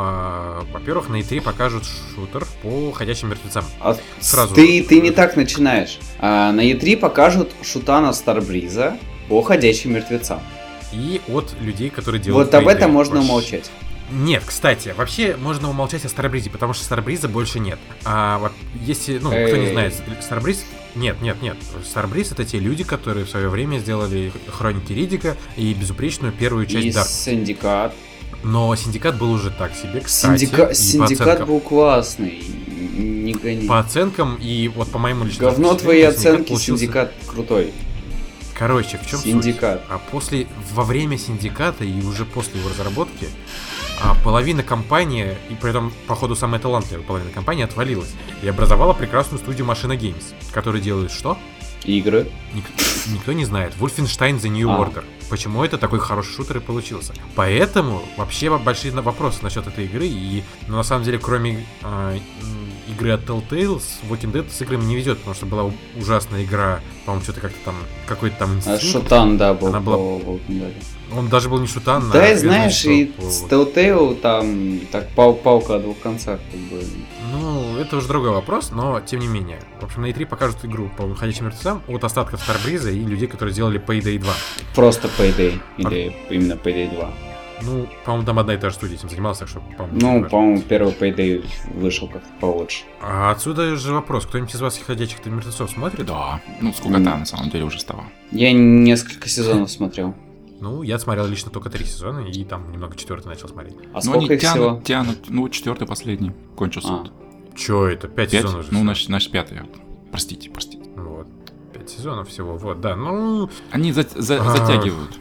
А, во-первых, на и три покажут шутер по ходячим мертвецам. А Сразу. Ты, ты не так начинаешь. А, на и три покажут шутана Старбриза по ходячим мертвецам. И от людей, которые делают Вот об Payday. этом можно Вообще. умолчать. Нет, кстати, вообще можно умолчать о Старбризе, потому что Старбриза больше нет. А вот если, ну, кто не Эй. знает, Старбриз... Нет, нет, нет. Старбриз — это те люди, которые в свое время сделали Хроники Риддика и безупречную первую часть И Дарк. Синдикат. Но Синдикат был уже так себе, кстати. Синдика- и Синдикат по оценкам, был классный. Не гони. по оценкам и вот по моему личному Говно впечатлению, твои оценки, получился- Синдикат крутой. Короче, в чем суть? Синдикат. А после, во время Синдиката и уже после его разработки, а половина компании, и при этом, походу, самая талантливая половина компании отвалилась и образовала прекрасную студию Machina Games, которая делает что? Игры. Ник- никто не знает. Wolfenstein The New А. Order. Почему это такой хороший шутер и получился? Поэтому вообще большие на- вопросы насчет этой игры. И, ну, на самом деле, кроме а, м, игры от Telltale, с Walking Dead с играми не везет, потому что была у- ужасная игра, по-моему, что-то как-то там, какой-то там А, инстинкт. Шутан, да, был Она была- по Walking Dead. Он даже был не шутан, Да, а и знаешь, я и знаю, с что по- Telltale там так пал палка о двух концах, как бы. Ну, это уже другой вопрос, но тем не менее. В общем, на и три покажут игру по ходячим мертвецам от остатков Старбриза и людей, которые делали Payday два. Просто Payday. Или именно Payday два. Ну, по-моему, там одна и та же студия этим занималась, так что, по-моему, не Ну, важно. по-моему, первый Payday вышел как-то получше. А отсюда же вопрос, кто-нибудь из вас ходячих мертвецов смотрит? Да, ну сколько там на самом деле уже стало. Я несколько сезонов смотрел. Ну, я смотрел лично только три сезона, и там немного четвертый начал смотреть. А Ну они сколько их тянут, всего? тянут, ну четвертый последний кончился. А. вот. Чё это? Пять, Пять? сезонов же. Ну, всего. значит, значит пятый. вот. Простите, простите. Вот. Пять сезонов всего, вот, да. Ну, Они за- за- А. затягивают.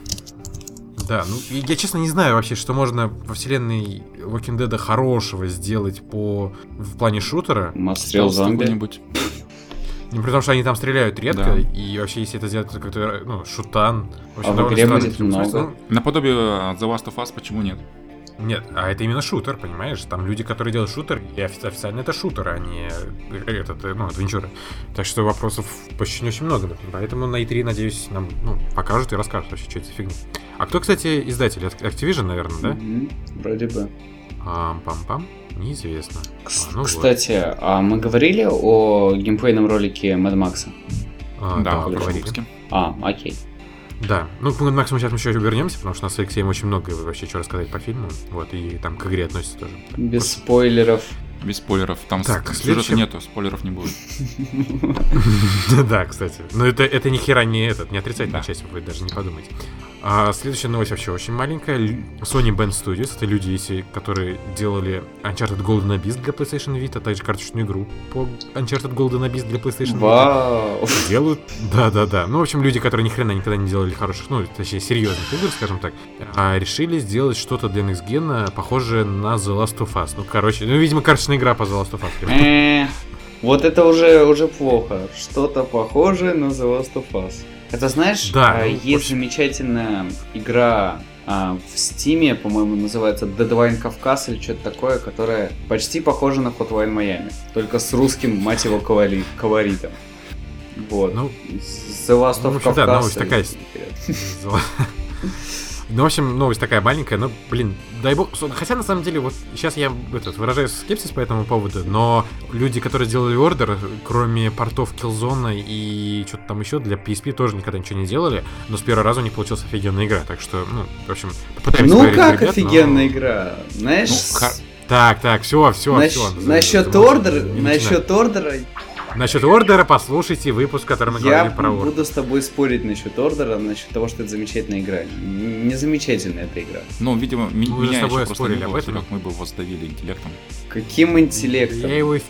да, ну, и я честно не знаю вообще, что можно во вселенной Walking Dead хорошего сделать по... в плане шутера. Мастрел Стелс зомби. какой-нибудь. Ну, при том, что они там стреляют редко, Да. и вообще, если это сделать как-то, ну, шутан... В общем, А в довольно игре странно будет в этом смысле. много. Наподобие The Last of Us, почему нет? Нет, а это именно шутер, понимаешь? Там люди, которые делают шутер, и офи- официально это шутер, а не э, этот, э, ну, адвенчуры. Так что вопросов почти очень много. Поэтому на и три, надеюсь, нам ну, покажут и расскажут вообще, что это за фигня. А кто, кстати, издатель? Activision, наверное, да? Mm-hmm. Вроде бы. Пам-пам-пам. Неизвестно. К- а, ну Кстати, вот. А мы говорили о геймплейном ролике Mad Max? А, да, да, говорили. А, окей. Да, ну к Mad Max мы сейчас еще вернемся, потому что у нас с Алексеем очень много вообще чего рассказать по фильму, вот, и там к игре относится тоже. Без вот. спойлеров. Без спойлеров, там так, сюжета следующий... нету, спойлеров не будет. Да, кстати, но это это ни хера не этот, не отрицательная часть, вы даже не подумайте. А следующая новость вообще очень маленькая. Sony Band Studios, это люди, если, которые делали Uncharted Golden Abyss для PlayStation Vita, а также карточную игру по Uncharted Golden Abyss для PlayStation Вау. Vita. Делают, да-да-да. Ну, в общем, люди, которые ни хрена никогда не делали хороших, ну, точнее, серьезных игр, скажем так, решили сделать что-то для Next Gen, похожее на The Last of Us. Ну, короче, ну, видимо, карточная игра по The Last of Us. Вот это уже, уже плохо. Что-то похожее на The Last of Us. Это знаешь, да, есть ну, очень... замечательная игра а, в Steam, по-моему, называется Deadline Кавказ или что-то такое, которая почти похожа на Hotline Miami, только с русским, мать его, колори... колоритом. Вот. Ну, The Last of ну, в общем, Кавказ. Да, новость такая. Ну, в общем, новость такая маленькая, но, блин, дай бог... Хотя, на самом деле, вот сейчас я этот, выражаю скепсис по этому поводу, но люди, которые сделали Order, кроме портов Killzone и что-то там еще для пи эс пи тоже никогда ничего не делали, но с первого раза у них получилась офигенная игра, так что, ну, в общем, попытаемся Ну, поверить как ребят, офигенная но... игра? Знаешь... Ну, ха... Так, так, все, все, Наш... все. Насчет Ордера, насчет Ордера... Насчет Ордера послушайте выпуск, в котором мы говорили про Ордер. Я буду с тобой спорить насчет Ордера, насчет того, что это замечательная игра. Не замечательная эта игра. Ну, видимо, ми- мы меня с тобой еще просто спорили не об было, этом. Серег, мы бы его сдавили интеллектом. Каким интеллектом? Я его,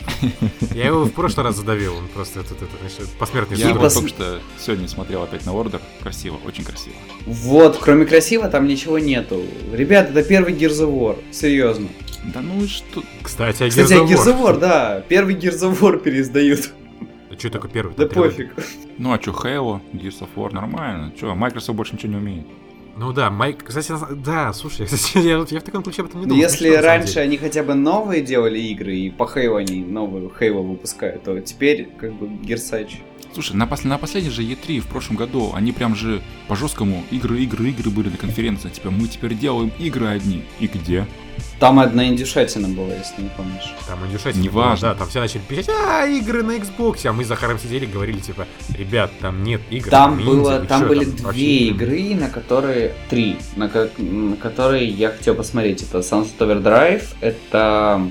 я его в прошлый раз задавил, он просто это, это, это, посмертный Я суд. вот пос... только что сегодня смотрел опять на Ордер. Красиво, очень красиво. Вот, кроме красиво там ничего нету. Ребят, это первый Gears of War, серьезно. Да ну и что? Кстати, о Кстати, Gears of War. Gears of War, да, первый Gears of War переиздают. Что такое первый? Да пофиг. Ну а что, Halo, Gears of War, нормально. Что, Microsoft больше ничего не умеет. Ну да, Майк, кстати, да, слушай, кстати, я, я в таком ключе об этом не Но думал. если смешно, раньше они хотя бы новые делали игры, и по Halo они новую Halo выпускают, то теперь как бы Герсач. Слушай, на, пос- на последней же и три в прошлом году они прям же по жесткому игры, игры, игры были на конференции. Типа, мы теперь делаем игры одни. И где? Там одна индюшатина была, если не помнишь. Там индюшатина Не была, важно. да, там все начали писать, а, игры на Xbox, а мы с Захаром сидели и говорили, типа, ребят, там нет игр, Там, там было, инди, там чё, были там две вообще игры, на которые... Три, на, ко- на которые я хотел посмотреть. Это Sunset Overdrive, это...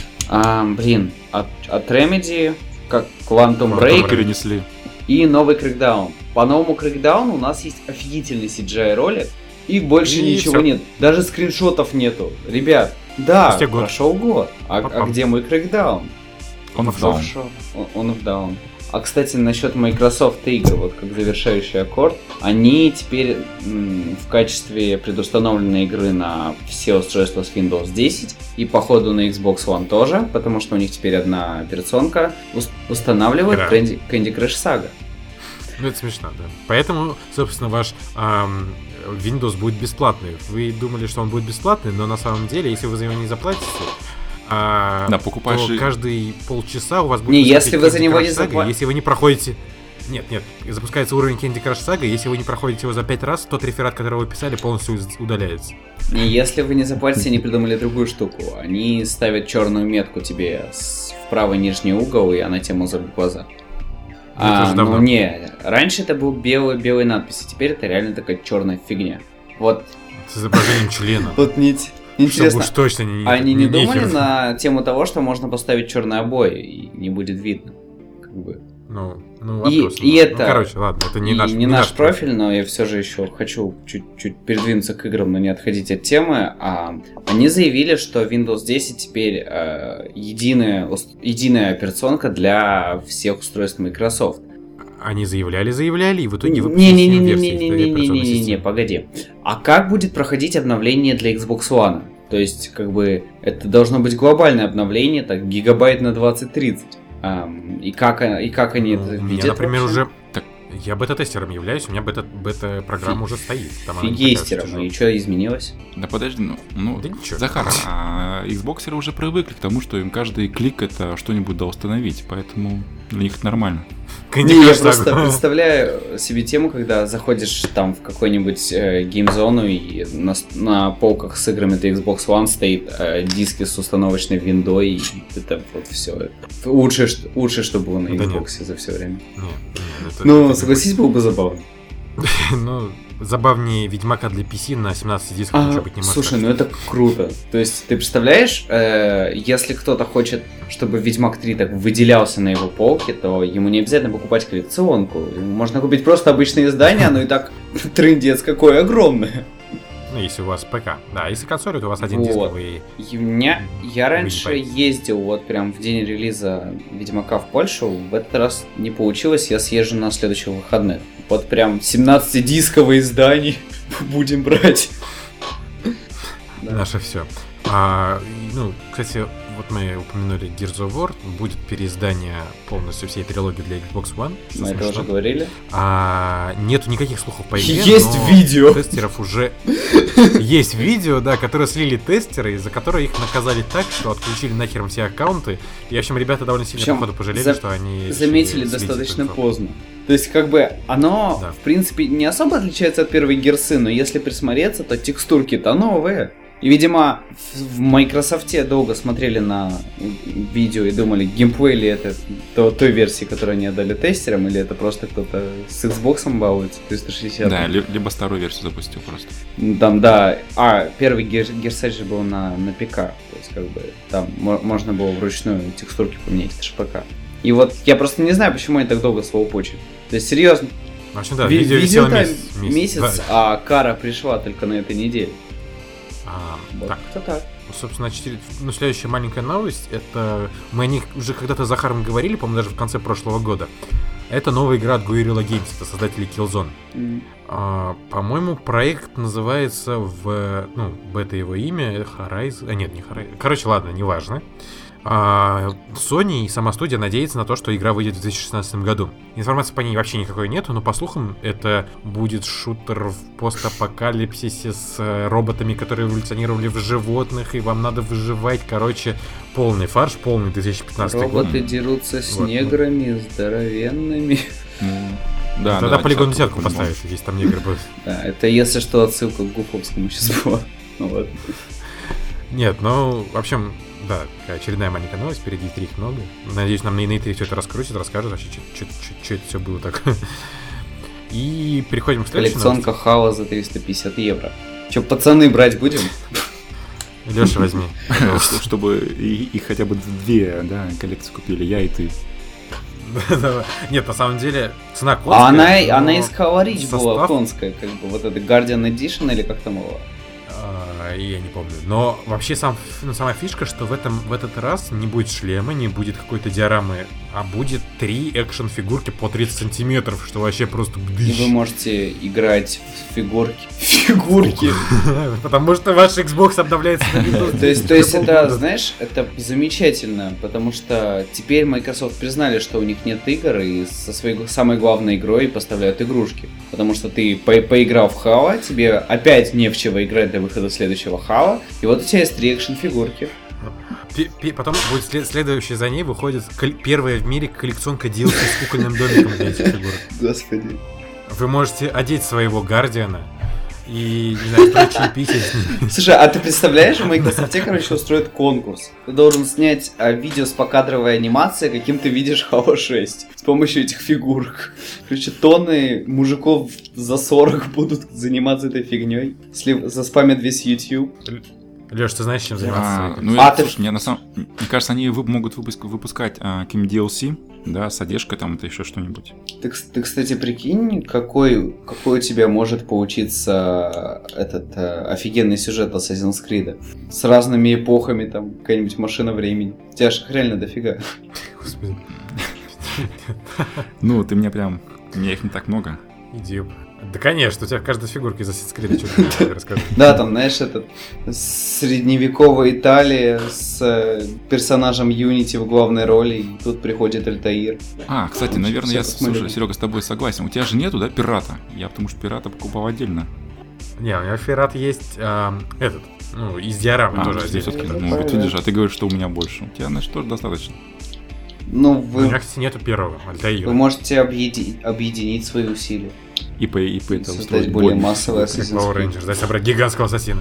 А, блин, от, от Remedy, как Quantum Quantum Break Break. Перенесли. и новый Crackdown. По новому Crackdown у нас есть офигительный си джи ай-ролик, и больше И ничего всё. нет. Даже скриншотов нету. Ребят, да, Спустя год. прошел год. А, а Папа. где мой Crackdown? Он в даун. Хорошо. Он, он в даун. А, кстати, насчет Microsoft игр, вот как завершающий аккорд, они теперь м, в качестве предустановленной игры на все устройства с Windows десять и походу на Xbox One тоже, потому что у них теперь одна операционка, ус- устанавливают Да. Candy, Candy Crush Saga. Ну, это смешно, да. Поэтому, собственно, ваш ам, Windows будет бесплатный. Вы думали, что он будет бесплатный, но на самом деле, если вы за него не заплатите, а, Да, покупаешь то и- каждый полчаса у вас будет... Не, выскакивать если вы за Candy него Crush не Saga, запла- Если вы не проходите... Нет, нет, запускается уровень Candy Crush Saga, если вы не проходите его за пять раз, тот реферат, который вы писали, полностью уз- удаляется. И если вы не заплатите, они придумали другую штуку. Они ставят черную метку тебе с- в правый нижний угол, и она тебе мозолит глаза. Ну, это А, уже давно. ну не, раньше это был белый белый надпись, а теперь это реально такая черная фигня. Вот, С изображением члена. вот не т- Чтобы интересно, уж точно не... они не не- думали нехер. на тему того, что можно поставить черные обои и не будет видно, как бы. Ну, ну, И- вопрос. и ну, это- ну, короче, ладно, это не И наш не наш профиль, но я все же еще хочу чуть-чуть передвинуться к играм, но не отходить от темы. А, они заявили, что Windows десять теперь э, единая, ус- единая операционка для всех устройств Microsoft. Они заявляли, заявляли, и в итоге выпустили семь версий этой операционной Не-не-не-не-не-не-не-не, системы. погоди. А как будет проходить обновление для Xbox One? То есть, как бы, это должно быть глобальное обновление, так, гигабайт на двадцать тридцать. Ам, и, как, и как они Ну, это у меня, видят например, вообще? уже... Я бета-тестером являюсь, у меня бета, бета-программа уже стоит. Фигейстером, и что изменилось? Да подожди, ну, ну да ничего. Захар, а Xboxеры уже привыкли к тому, что им каждый клик это что-нибудь да установить, поэтому для них это нормально. Не, я просто представляю себе тему, когда заходишь там в какую-нибудь э, геймзону и на, на полках с играми для Xbox One стоит э, диски с установочной виндой, и это вот все. Лучшее, лучшее, что было на Xbox да за все время. Нет, нет, это, ну, это согласись, было бы забавно. Ну, забавнее Ведьмака для пи си на семнадцати дисках а, ничего быть не может. Слушай, ну это круто. То есть, ты представляешь, э, если кто-то хочет, чтобы Ведьмак три так выделялся на его полке, то ему не обязательно покупать коллекционку. Ему можно купить просто обычное издание, оно и так трындец какое огромное. Ну, если у вас ПК. Да, если консоль, то у вас один вот. диск, вы... И у меня... Я раньше ездил вот прям в день релиза Ведьмака в Польшу. В этот раз не получилось, я съезжу на следующих выходных. Вот прям семнадцатидисковое издание будем брать. Наше все. А, ну, кстати, вот мы упомянули Gears of War, будет переиздание полностью всей трилогии для Xbox One. Мы это уже говорили. А, нету никаких слухов по игре. Есть видео. Тестеров уже есть видео, да, которые слили тестеры, из-за которых их наказали так, что отключили нахером все аккаунты. И, в общем, ребята довольно сильно, Причем походу, пожалели, за... что они заметили достаточно поздно. То есть, как бы, оно, да. в принципе, не особо отличается от первой Герсы, но если присмотреться, то текстурки-то новые. И, видимо, в Microsoft'е долго смотрели на видео и думали, геймплей ли это то, той версии, которую они отдали тестерам, или это просто кто-то с Xbox балуется, триста шестьдесят. Да, либо старую версию запустил просто. Там, да, а, первый Gears же был на, на ПК, то есть, как бы, там можно было вручную текстурки поменять, это же ПК. И вот я просто не знаю, почему они так долго слоупочили. То есть, серьезно, в общем, да, ви- видео висело месяц, месяц, месяц да. А кара пришла только на этой неделе. А, вот так. Это так. Собственно, четыре... ну, следующая маленькая новость, это мы о них уже когда-то с Захаром говорили, по-моему, даже в конце прошлого года. Это новая игра от Guerrilla Games, это создатели Killzone. Mm. А, по-моему, проект называется в, ну, бета его имя, Horizon, а нет, не Horizon, короче, ладно, неважно. А, Sony и сама студия надеется на то, что игра выйдет в две тысячи шестнадцатом году. Информации по ней вообще никакой нету, но по слухам это будет шутер в постапокалипсисе с роботами, которые эволюционировали в животных, и вам надо выживать. Короче, полный фарш, полный две тысячи пятнадцатый год. Роботы дерутся с вот. неграми, здоровенными. Да, Тогда да, полигон десятку поставить, если там негры будут. Да, это если что отсылка к Гуфовскому сейчас была. Нет, ну, в общем... Да, очередная маленькая новость, впереди и три их много. Надеюсь, нам на и три все это раскрутит, расскажет вообще, что это все было так. И переходим к следующей новости. Коллекционка Хала за триста пятьдесят евро. Че, пацаны, брать будем? Леша, возьми. Чтобы их хотя бы две, да, коллекции купили, я и ты. Нет, на самом деле, цена конская. А она, она из Halo Reach была конская, как бы, вот это Guardian Edition или как там его? Я не помню. Но вообще сам, ну, сама фишка, что в, этом, в этот раз не будет шлема, не будет какой-то диорамы, а будет три экшн-фигурки по тридцать сантиметров, что вообще просто бдыщ. И вы можете играть в фигурки. Фигурки. Потому что ваш Xbox обновляется на Windows. То есть, то есть это, знаешь, это замечательно, потому что теперь Microsoft признали, что у них нет игр, и со своей самой главной игрой поставляют игрушки. Потому что ты по- поиграл в Halo, тебе опять не в чего играть до выхода следующего Halo, и вот у тебя есть три экшн-фигурки. Потом будет след- следующая за ней выходит кол- первая в мире коллекционка ди эл си с кукольным домиком для этих фигурок. Господи. Вы можете одеть своего Гардиана и, не знаю, строить чаепитие с ним. Слушай, а ты представляешь, в Microsoft, короче, устроят конкурс. Ты должен снять а, видео с покадровой анимацией, каким ты видишь Halo шесть. С помощью этих фигурок. Короче, тонны мужиков за сорок будут заниматься этой фигней. Слив... Заспамят весь YouTube. Леш, ты знаешь, чем заниматься? А, ну, а это, ты... слушай, мне, на самом... мне кажется, они вы... могут выпуск... выпускать а, каким-нибудь ди эл си, да, с одежкой там, это еще что-нибудь. Ты, ты, кстати, прикинь, какой, какой у тебя может получиться этот а, офигенный сюжет Assassin's Creed. С разными эпохами, там, какая-нибудь машина времени. У тебя же реально дофига. Господи. Ну, ты мне прям... У меня их не так много. Иди. Да, конечно, у тебя каждая фигурка из Assassin's Creed, что ты расскажешь. Да, там, знаешь, этот средневековая Италия с персонажем Юнити в главной роли, и тут приходит Альтаир. А, кстати, наверное, я, слушай, Серега, с тобой согласен. У тебя же нету, да, пирата? Я потому что пирата покупал отдельно. Не, у меня пират есть э, этот, ну, из диорамы а, тоже отдельно. Ну, вот видишь, а ты говоришь, что у меня больше. У тебя, значит, тоже достаточно. Ну, вы... У меня, кстати, нету первого, Альтаира. Вы можете объеди... объединить свои усилия. И по, и по это создать более массовый Assassin's Creed. Power Rangers, да, собрать гигантского ассасина.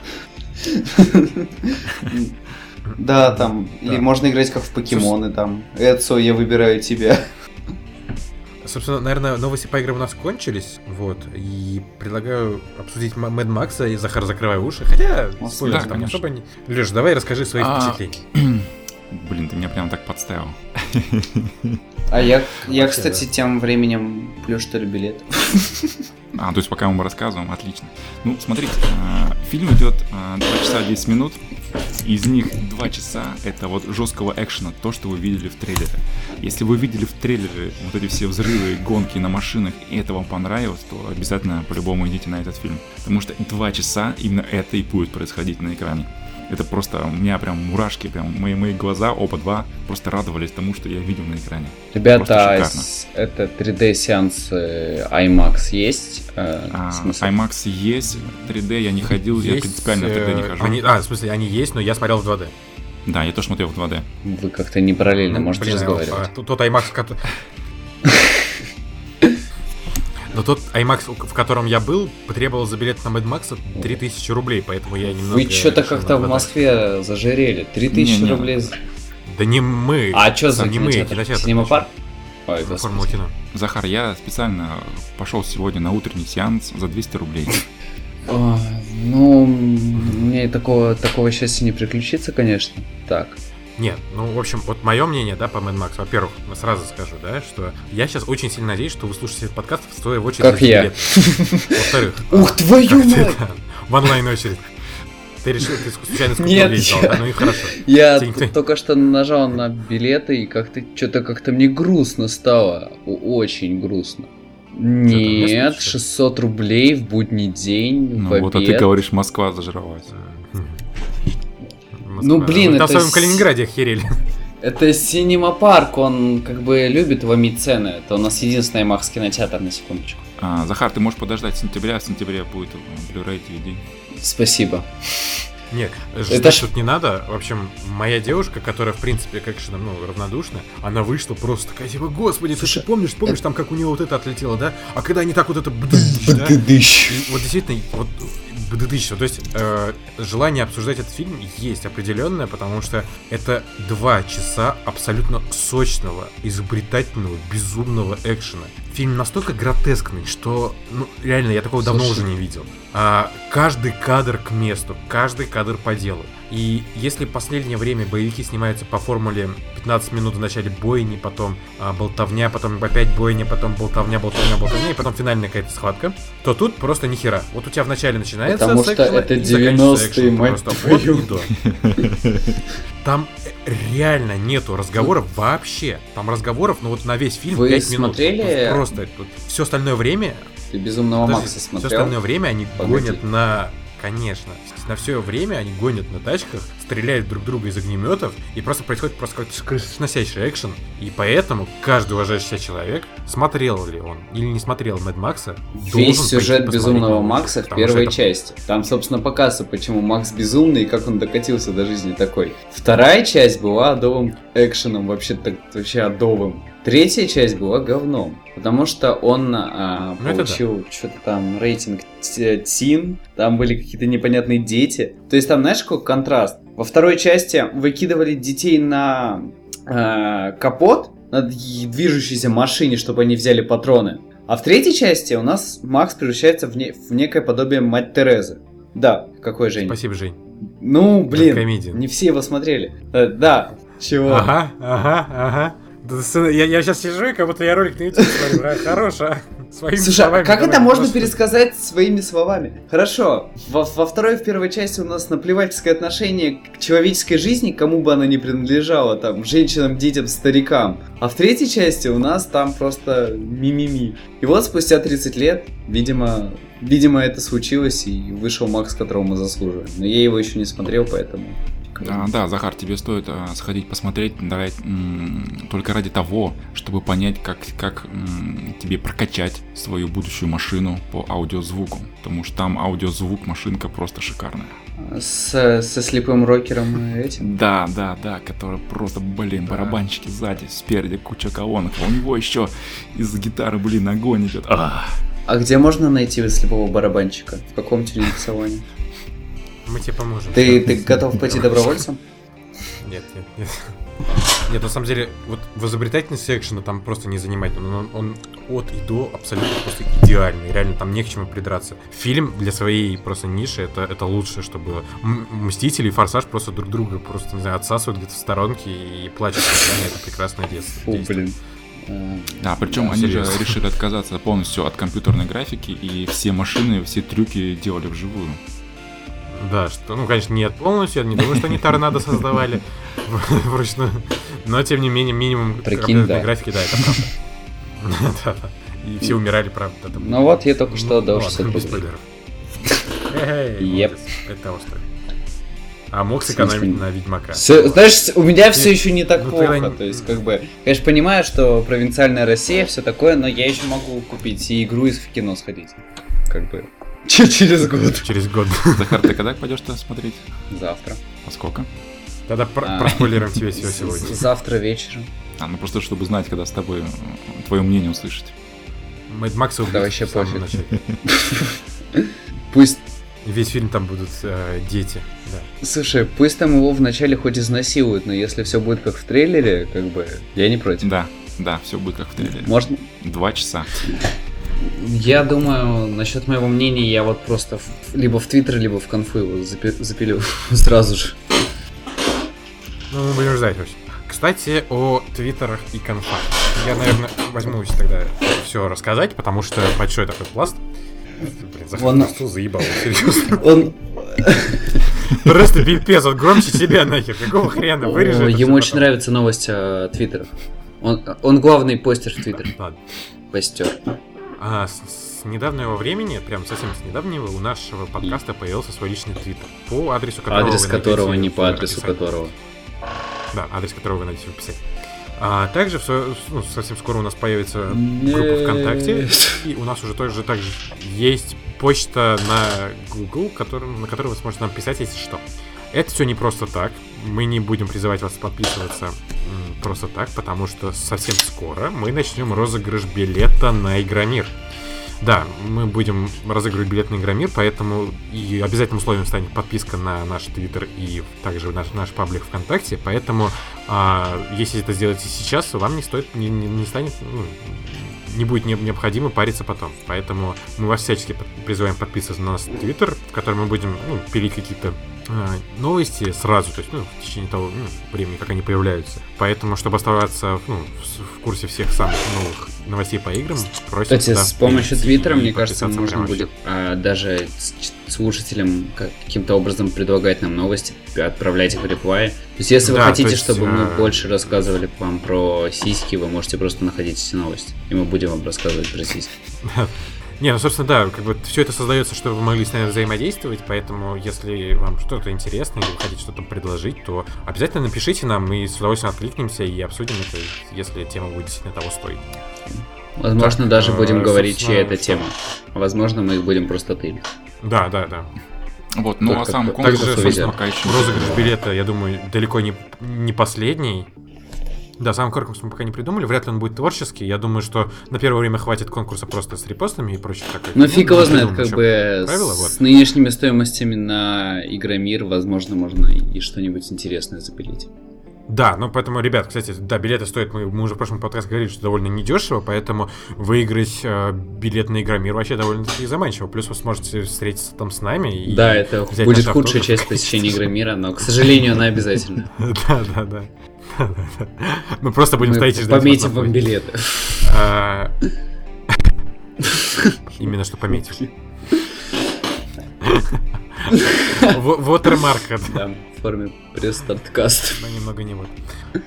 Да, там, или можно играть как в покемоны, там, Эдсо, я выбираю тебя. Собственно, наверное, новости по играм у нас кончились, вот, и предлагаю обсудить Мэд Макса, и Захар, закрывай уши, хотя, спойлер, да, там особо не... Леш, давай расскажи свои а... впечатления. Блин, ты меня прям так подставил. А я, я кстати, да. тем временем плюс что ли билет. А, то есть пока мы рассказываем, отлично. Ну, смотрите, фильм идет два часа десять минут, из них два часа это вот жесткого экшена, то, что вы видели в трейлере. Если вы видели в трейлере вот эти все взрывы, гонки на машинах, и это вам понравилось, то обязательно по-любому идите на этот фильм. Потому что два часа именно это и будет происходить на экране. Это просто, у меня прям мурашки, прям мои, мои глаза, оба два, просто радовались тому, что я видел на экране. Ребята, это три дэ-сеанс IMAX есть? А, IMAX есть, три дэ я не ходил, есть, я принципиально в три дэ не хожу. Они, а, в смысле, они есть, но я смотрел в два дэ. Да, я тоже смотрел в два дэ. Вы как-то не параллельно ну, можете блин, разговаривать. А, тот IMAX, который... Но тот IMAX, в котором я был, потребовал за билет на Mad Max три тысячи рублей, поэтому я немного... Вы что-то как-то в Москве зажирели. три тысячи рублей... Да не мы. А что за не мы, кинотеатр? Синемапарк? Ой, Формула кино. Захар, я специально пошел сегодня на утренний сеанс за двести рублей. Ну, мне такого, такого счастья не приключится, конечно. Так. Нет, ну, в общем, вот мое мнение, да, по Mad Max, во-первых, сразу скажу, да, что я сейчас очень сильно надеюсь, что вы слушаете этот подкаст в свою очередь. Как я. Во-вторых. Ух, твою мать! В онлайн-очередь. Ты решил, ты случайно сколько Нет, рублей дал, да? Ну и хорошо. Я только что нажал на билеты, и как-то что-то как-то мне грустно стало. Очень грустно. Нет, шестьсот рублей в будний день, в обед. Вот, а ты говоришь, Москва зажралась. Ну, блин, Вы это... в своем Калининграде охерели. Это Синемапарк, он как бы любит ломить цены. Это у нас единственный IMAX кинотеатр, на секундочку. А, Захар, ты можешь подождать сентября, в сентябре будет Blu-ray ди ви ди. Спасибо. Нет, ждать это... тут не надо. В общем, моя девушка, которая, в принципе, как же, ну, равнодушна, она вышла просто такая, типа, господи, Слушай, ты помнишь, помнишь, это... там, как у нее вот это отлетело, да? А когда они так вот это... Бдыщ, да? Вот действительно, вот... То есть э, желание обсуждать этот фильм есть определенное, потому что это два часа абсолютно сочного, изобретательного, безумного экшена. Фильм настолько гротескный, что, ну, реально, я такого Слушай. давно уже не видел. А, каждый кадр к месту, каждый кадр по делу. И если в последнее время боевики снимаются по формуле пятнадцать минут в начале бойни, потом а, болтовня, потом опять бойня, потом болтовня, болтовня, болтовня, и потом финальная какая-то схватка, то тут просто нихера. Вот у тебя вначале начинается Потому что это девяностые, мать твою. Там реально нету разговоров вообще. Там разговоров, ну вот на весь фильм Вы пять минут. Смотрели? Просто вот, все остальное время... Ты Безумного Подожди, Макса смотрел? Все остальное время они Погоди. гонят на... Конечно. На все время они гонят на тачках, стреляют друг друга из огнеметов, и просто происходит просто какой-то крышесносящий экшен. И поэтому каждый уважающий себя человек, смотрел ли он или не смотрел Мэд Макса, весь сюжет Безумного Макса в первой это... части. Там, собственно, показывается, почему Макс безумный и как он докатился до жизни такой. Вторая часть была адовым экшеном, вообще так вообще адовым. Третья часть была говном, потому что он а, получил да. что-то там рейтинг Тин, там были какие-то непонятные дети. То есть там, знаешь, какой контраст? Во второй части выкидывали детей на а, капот, на движущейся машине, чтобы они взяли патроны. А в третьей части у нас Макс превращается в, не, в некое подобие мать Терезы. Да, какой Жень? Спасибо, Жень. Ну, блин, не все его смотрели. А, да, чего? Ага, ага, ага. Я, я сейчас сижу, и как будто я ролик на YouTube смотрю, хорош, а? Своими Слушай, словами, как это можно просто... пересказать своими словами? Хорошо, во, во второй, в первой части у нас наплевательское отношение к человеческой жизни, кому бы она ни принадлежала, там, женщинам, детям, старикам. А в третьей части у нас там просто ми-ми-ми. И вот спустя тридцать лет, видимо, видимо это случилось, и вышел Макс, которого мы заслуживаем. Но я его еще не смотрел, поэтому... А, да, Захар, тебе стоит а, сходить посмотреть, давай, м- только ради того, чтобы понять, как, как м- тебе прокачать свою будущую машину по аудиозвуку. Потому что там аудиозвук, машинка просто шикарная. С, со слепым рокером и этим? Да, да, да, который просто, блин, барабанщики сзади, спереди куча колонок. А у него еще из гитары, блин, огонь идет. А, а где можно найти слепого барабанщика? В каком тюнинг-салоне? Мы тебе поможем. Ты, ты готов пойти добровольцем? Нет, нет, нет. Нет, на самом деле, вот в изобретательности экшена там просто не занимать. Он, он от и до абсолютно просто идеальный. Реально, там не к чему придраться. Фильм для своей просто ниши это, это лучшее, что было. М- Мстители и Форсаж просто друг друга просто, не знаю, отсасывают где-то в сторонке и плачут. Это прекрасное детство. Фу, блин. Да, причем да, они серьезно. же решили отказаться полностью от компьютерной графики, и все машины, все трюки делали вживую. Да, что, ну, конечно, нет полностью, я не думаю, что они торнадо создавали вручную, но, тем не менее, минимум компьютерной графики, да, это правда. И все умирали, правда. Ну вот, я только что отдал шестьсот рублей. Без спойлеров. Это того стоит. А мог сэкономить на Ведьмака. Знаешь, у меня все еще не так плохо, то есть, как бы, конечно, понимаю, что провинциальная Россия, все такое, но я еще могу купить и игру, и в кино сходить, как бы. Через год. Через год. Захар, ты когда пойдешь туда смотреть? Завтра. А сколько? Тогда а, проспойлерим тебе все сегодня. Завтра вечером. А, ну просто чтобы знать, когда с тобой твое мнение услышать. Мэд Макса убьют. Да вообще пофиг. Пусть... Весь фильм там будут э, дети. Да. Слушай, пусть там его вначале хоть изнасилуют, но если все будет как в трейлере, как бы, я не против. Да, да, все будет как в трейлере. Можно? Два часа. Я думаю, насчет моего мнения, я вот просто в, либо в Твиттер, либо в конфу его запи- запилю сразу же. Ну, мы будем ждать вообще. Кстати, о твиттерах и конфах. Я, наверное, возьмусь тогда все рассказать, потому что большой такой пласт. Блин, захватил, заебал, серьезно. Он... Просто пипец, он громче себя нахер. Какого хрена? Вырежи. Ему очень нравится новость о твиттерах. Он, он главный постер в Твиттере. Ладно. Постер. А, с, с недавнего времени, прям совсем с недавнего, у нашего подкаста появился свой личный твиттер, по адресу которого Адрес вы которого, не по описании. адресу которого. Да, адрес которого вы найдете в описании. А также в, ну, совсем скоро у нас появится группа ВКонтакте, и у нас уже тоже также есть почта на Google, который, на которую вы сможете нам писать, если что. Это все не просто так. Мы не будем призывать вас подписываться м, просто так, потому что совсем скоро мы начнем розыгрыш билета на Игромир. Да, мы будем разыгрывать билет на Игромир, поэтому и обязательным условием станет подписка на наш Твиттер и также наш, наш паблик ВКонтакте. Поэтому, а, если это сделаете сейчас, вам не стоит, не, не, не станет, ну, не будет необходимо париться потом. Поэтому мы вас всячески призываем подписываться на наш Твиттер, в котором мы будем ну, пилить какие-то новости сразу, то есть ну, в течение того ну, времени, как они появляются. Поэтому, чтобы оставаться ну, в, в курсе всех самых новых новостей по играм, просим. Кстати, с помощью Твиттера, мне кажется, можно будет а, даже слушателям каким-то образом предлагать нам новости, отправлять их в реплай. То есть, если да, вы хотите, есть, чтобы а... мы больше рассказывали вам про сиськи, вы можете просто находить эти новости, и мы будем вам рассказывать про сиськи. Не, ну, собственно, да, как бы все это создается, чтобы вы могли с нами взаимодействовать, поэтому, если вам что-то интересно или вы хотите что-то предложить, то обязательно напишите нам, мы с удовольствием откликнемся и обсудим это, если тема будет действительно того стоить. Возможно, так, даже будем говорить, чья это тема. Возможно, мы их будем просто тырить. Да, да, да. Вот, ну, а сам конкурс пока еще розыгрыш билета, я думаю, далеко не, не последний. Да, сам конкурс мы пока не придумали, вряд ли он будет творческий. Я думаю, что на первое время хватит конкурса просто с репостами и прочее. Ну, фиг его знает, как бы правила, с вот. Нынешними стоимостями на Игромир, возможно, можно и что-нибудь интересное запилить. Да, ну поэтому, ребят, кстати, да, билеты стоят, мы, мы уже в прошлом подкасте говорили, что довольно недешево, поэтому выиграть э, билет на Игромир вообще довольно-таки заманчиво. Плюс вы сможете встретиться там с нами. И да, это будет худшая часть посещения Игромира, но, к сожалению, она обязательна. Да, да, да. Мы просто будем стоять и ждать. Пометим вам билеты. Именно что пометил. Watermark. Да, в форме пресс-старткаст. Но немного не вот.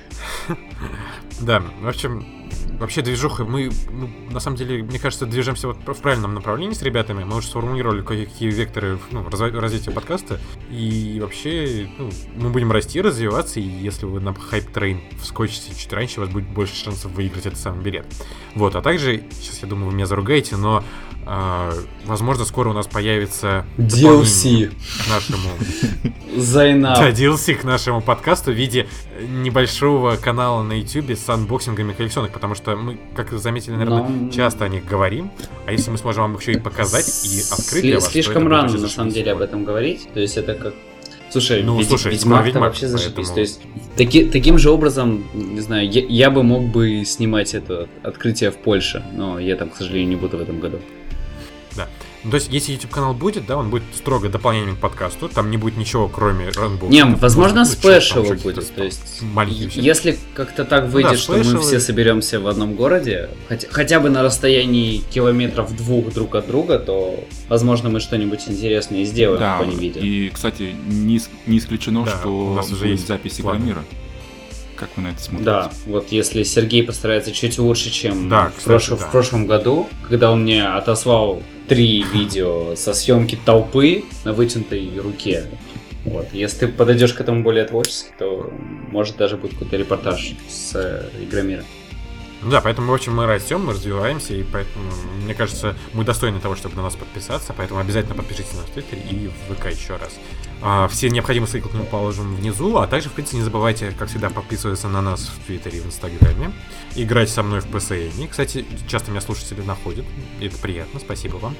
Да, в общем, вообще движуха, мы, ну, на самом деле, мне кажется, движемся вот в правильном направлении с ребятами. Мы уже сформулировали какие векторы, ну, развития подкаста. И вообще, ну, мы будем расти, развиваться. И если вы на хайп-трейн вскочите чуть раньше, у вас будет больше шансов выиграть этот самый билет. Вот, а также, сейчас я думаю, вы меня заругаете, но Uh, возможно, скоро у нас появится ди эл си к нашему Зайнап. Да, ди эл си к нашему подкасту в виде небольшого канала на YouTube с анбоксингами коллекционок, потому что мы, как вы заметили, наверное, Но... часто о них говорим, а если мы сможем вам еще и показать и открыть для вас, слишком рано, на самом деле, об этом говорить, то есть это как... Слушай, ну, ведь, слушай, Ведьмак-то Ведьмак, вообще зашибись. Поэтому... То есть таки, таким же образом, не знаю, я, я бы мог бы снимать это открытие в Польше, но я там, к сожалению, не буду в этом году. Да. Ну, то есть, если YouTube-канал будет, да, он будет строго дополнением к подкасту, там не будет ничего, кроме анбоксинга. Не, возможно, спешалы будет, то есть, маленькие если как-то так выйдет, ну, да, что спешалы... мы все соберемся в одном городе, хотя, хотя бы на расстоянии километров двух друг от друга, то, возможно, мы что-нибудь интересное сделаем, да, по не виде. И, кстати, не, не исключено, да, что у нас уже есть запись Игромира. Как вы на это смотрите? Да, вот если Сергей постарается чуть лучше, чем да, в, кстати, прош... да. в прошлом году, когда он мне отослал три видео со съемки толпы на вытянутой руке. Вот. Если ты подойдешь к этому более творчески, то может даже будет какой-то репортаж с э, Игромира. Да, поэтому, в общем, мы растем, мы развиваемся, и поэтому, мне кажется, мы достойны того, чтобы на нас подписаться, поэтому обязательно подпишитесь на наш Твиттер и в ВК еще раз. А, все необходимые ссылки мы положим внизу, а также, в принципе, не забывайте, как всегда, подписываться на нас в Твиттере и в Инстаграме, играть со мной в пэ эс эн. Кстати, часто меня слушатели находят, и это приятно, спасибо вам.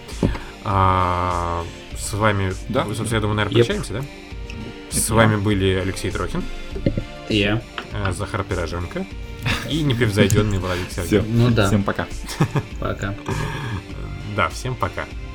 А, с вами, да? собственно, я думаю, наверное, прощаемся, да? С вами были Алексей Трохин. И я. Захар Пироженко. И непревзойденный Владимир Сергеев. Ну да. Всем пока. Пока. Да, всем пока.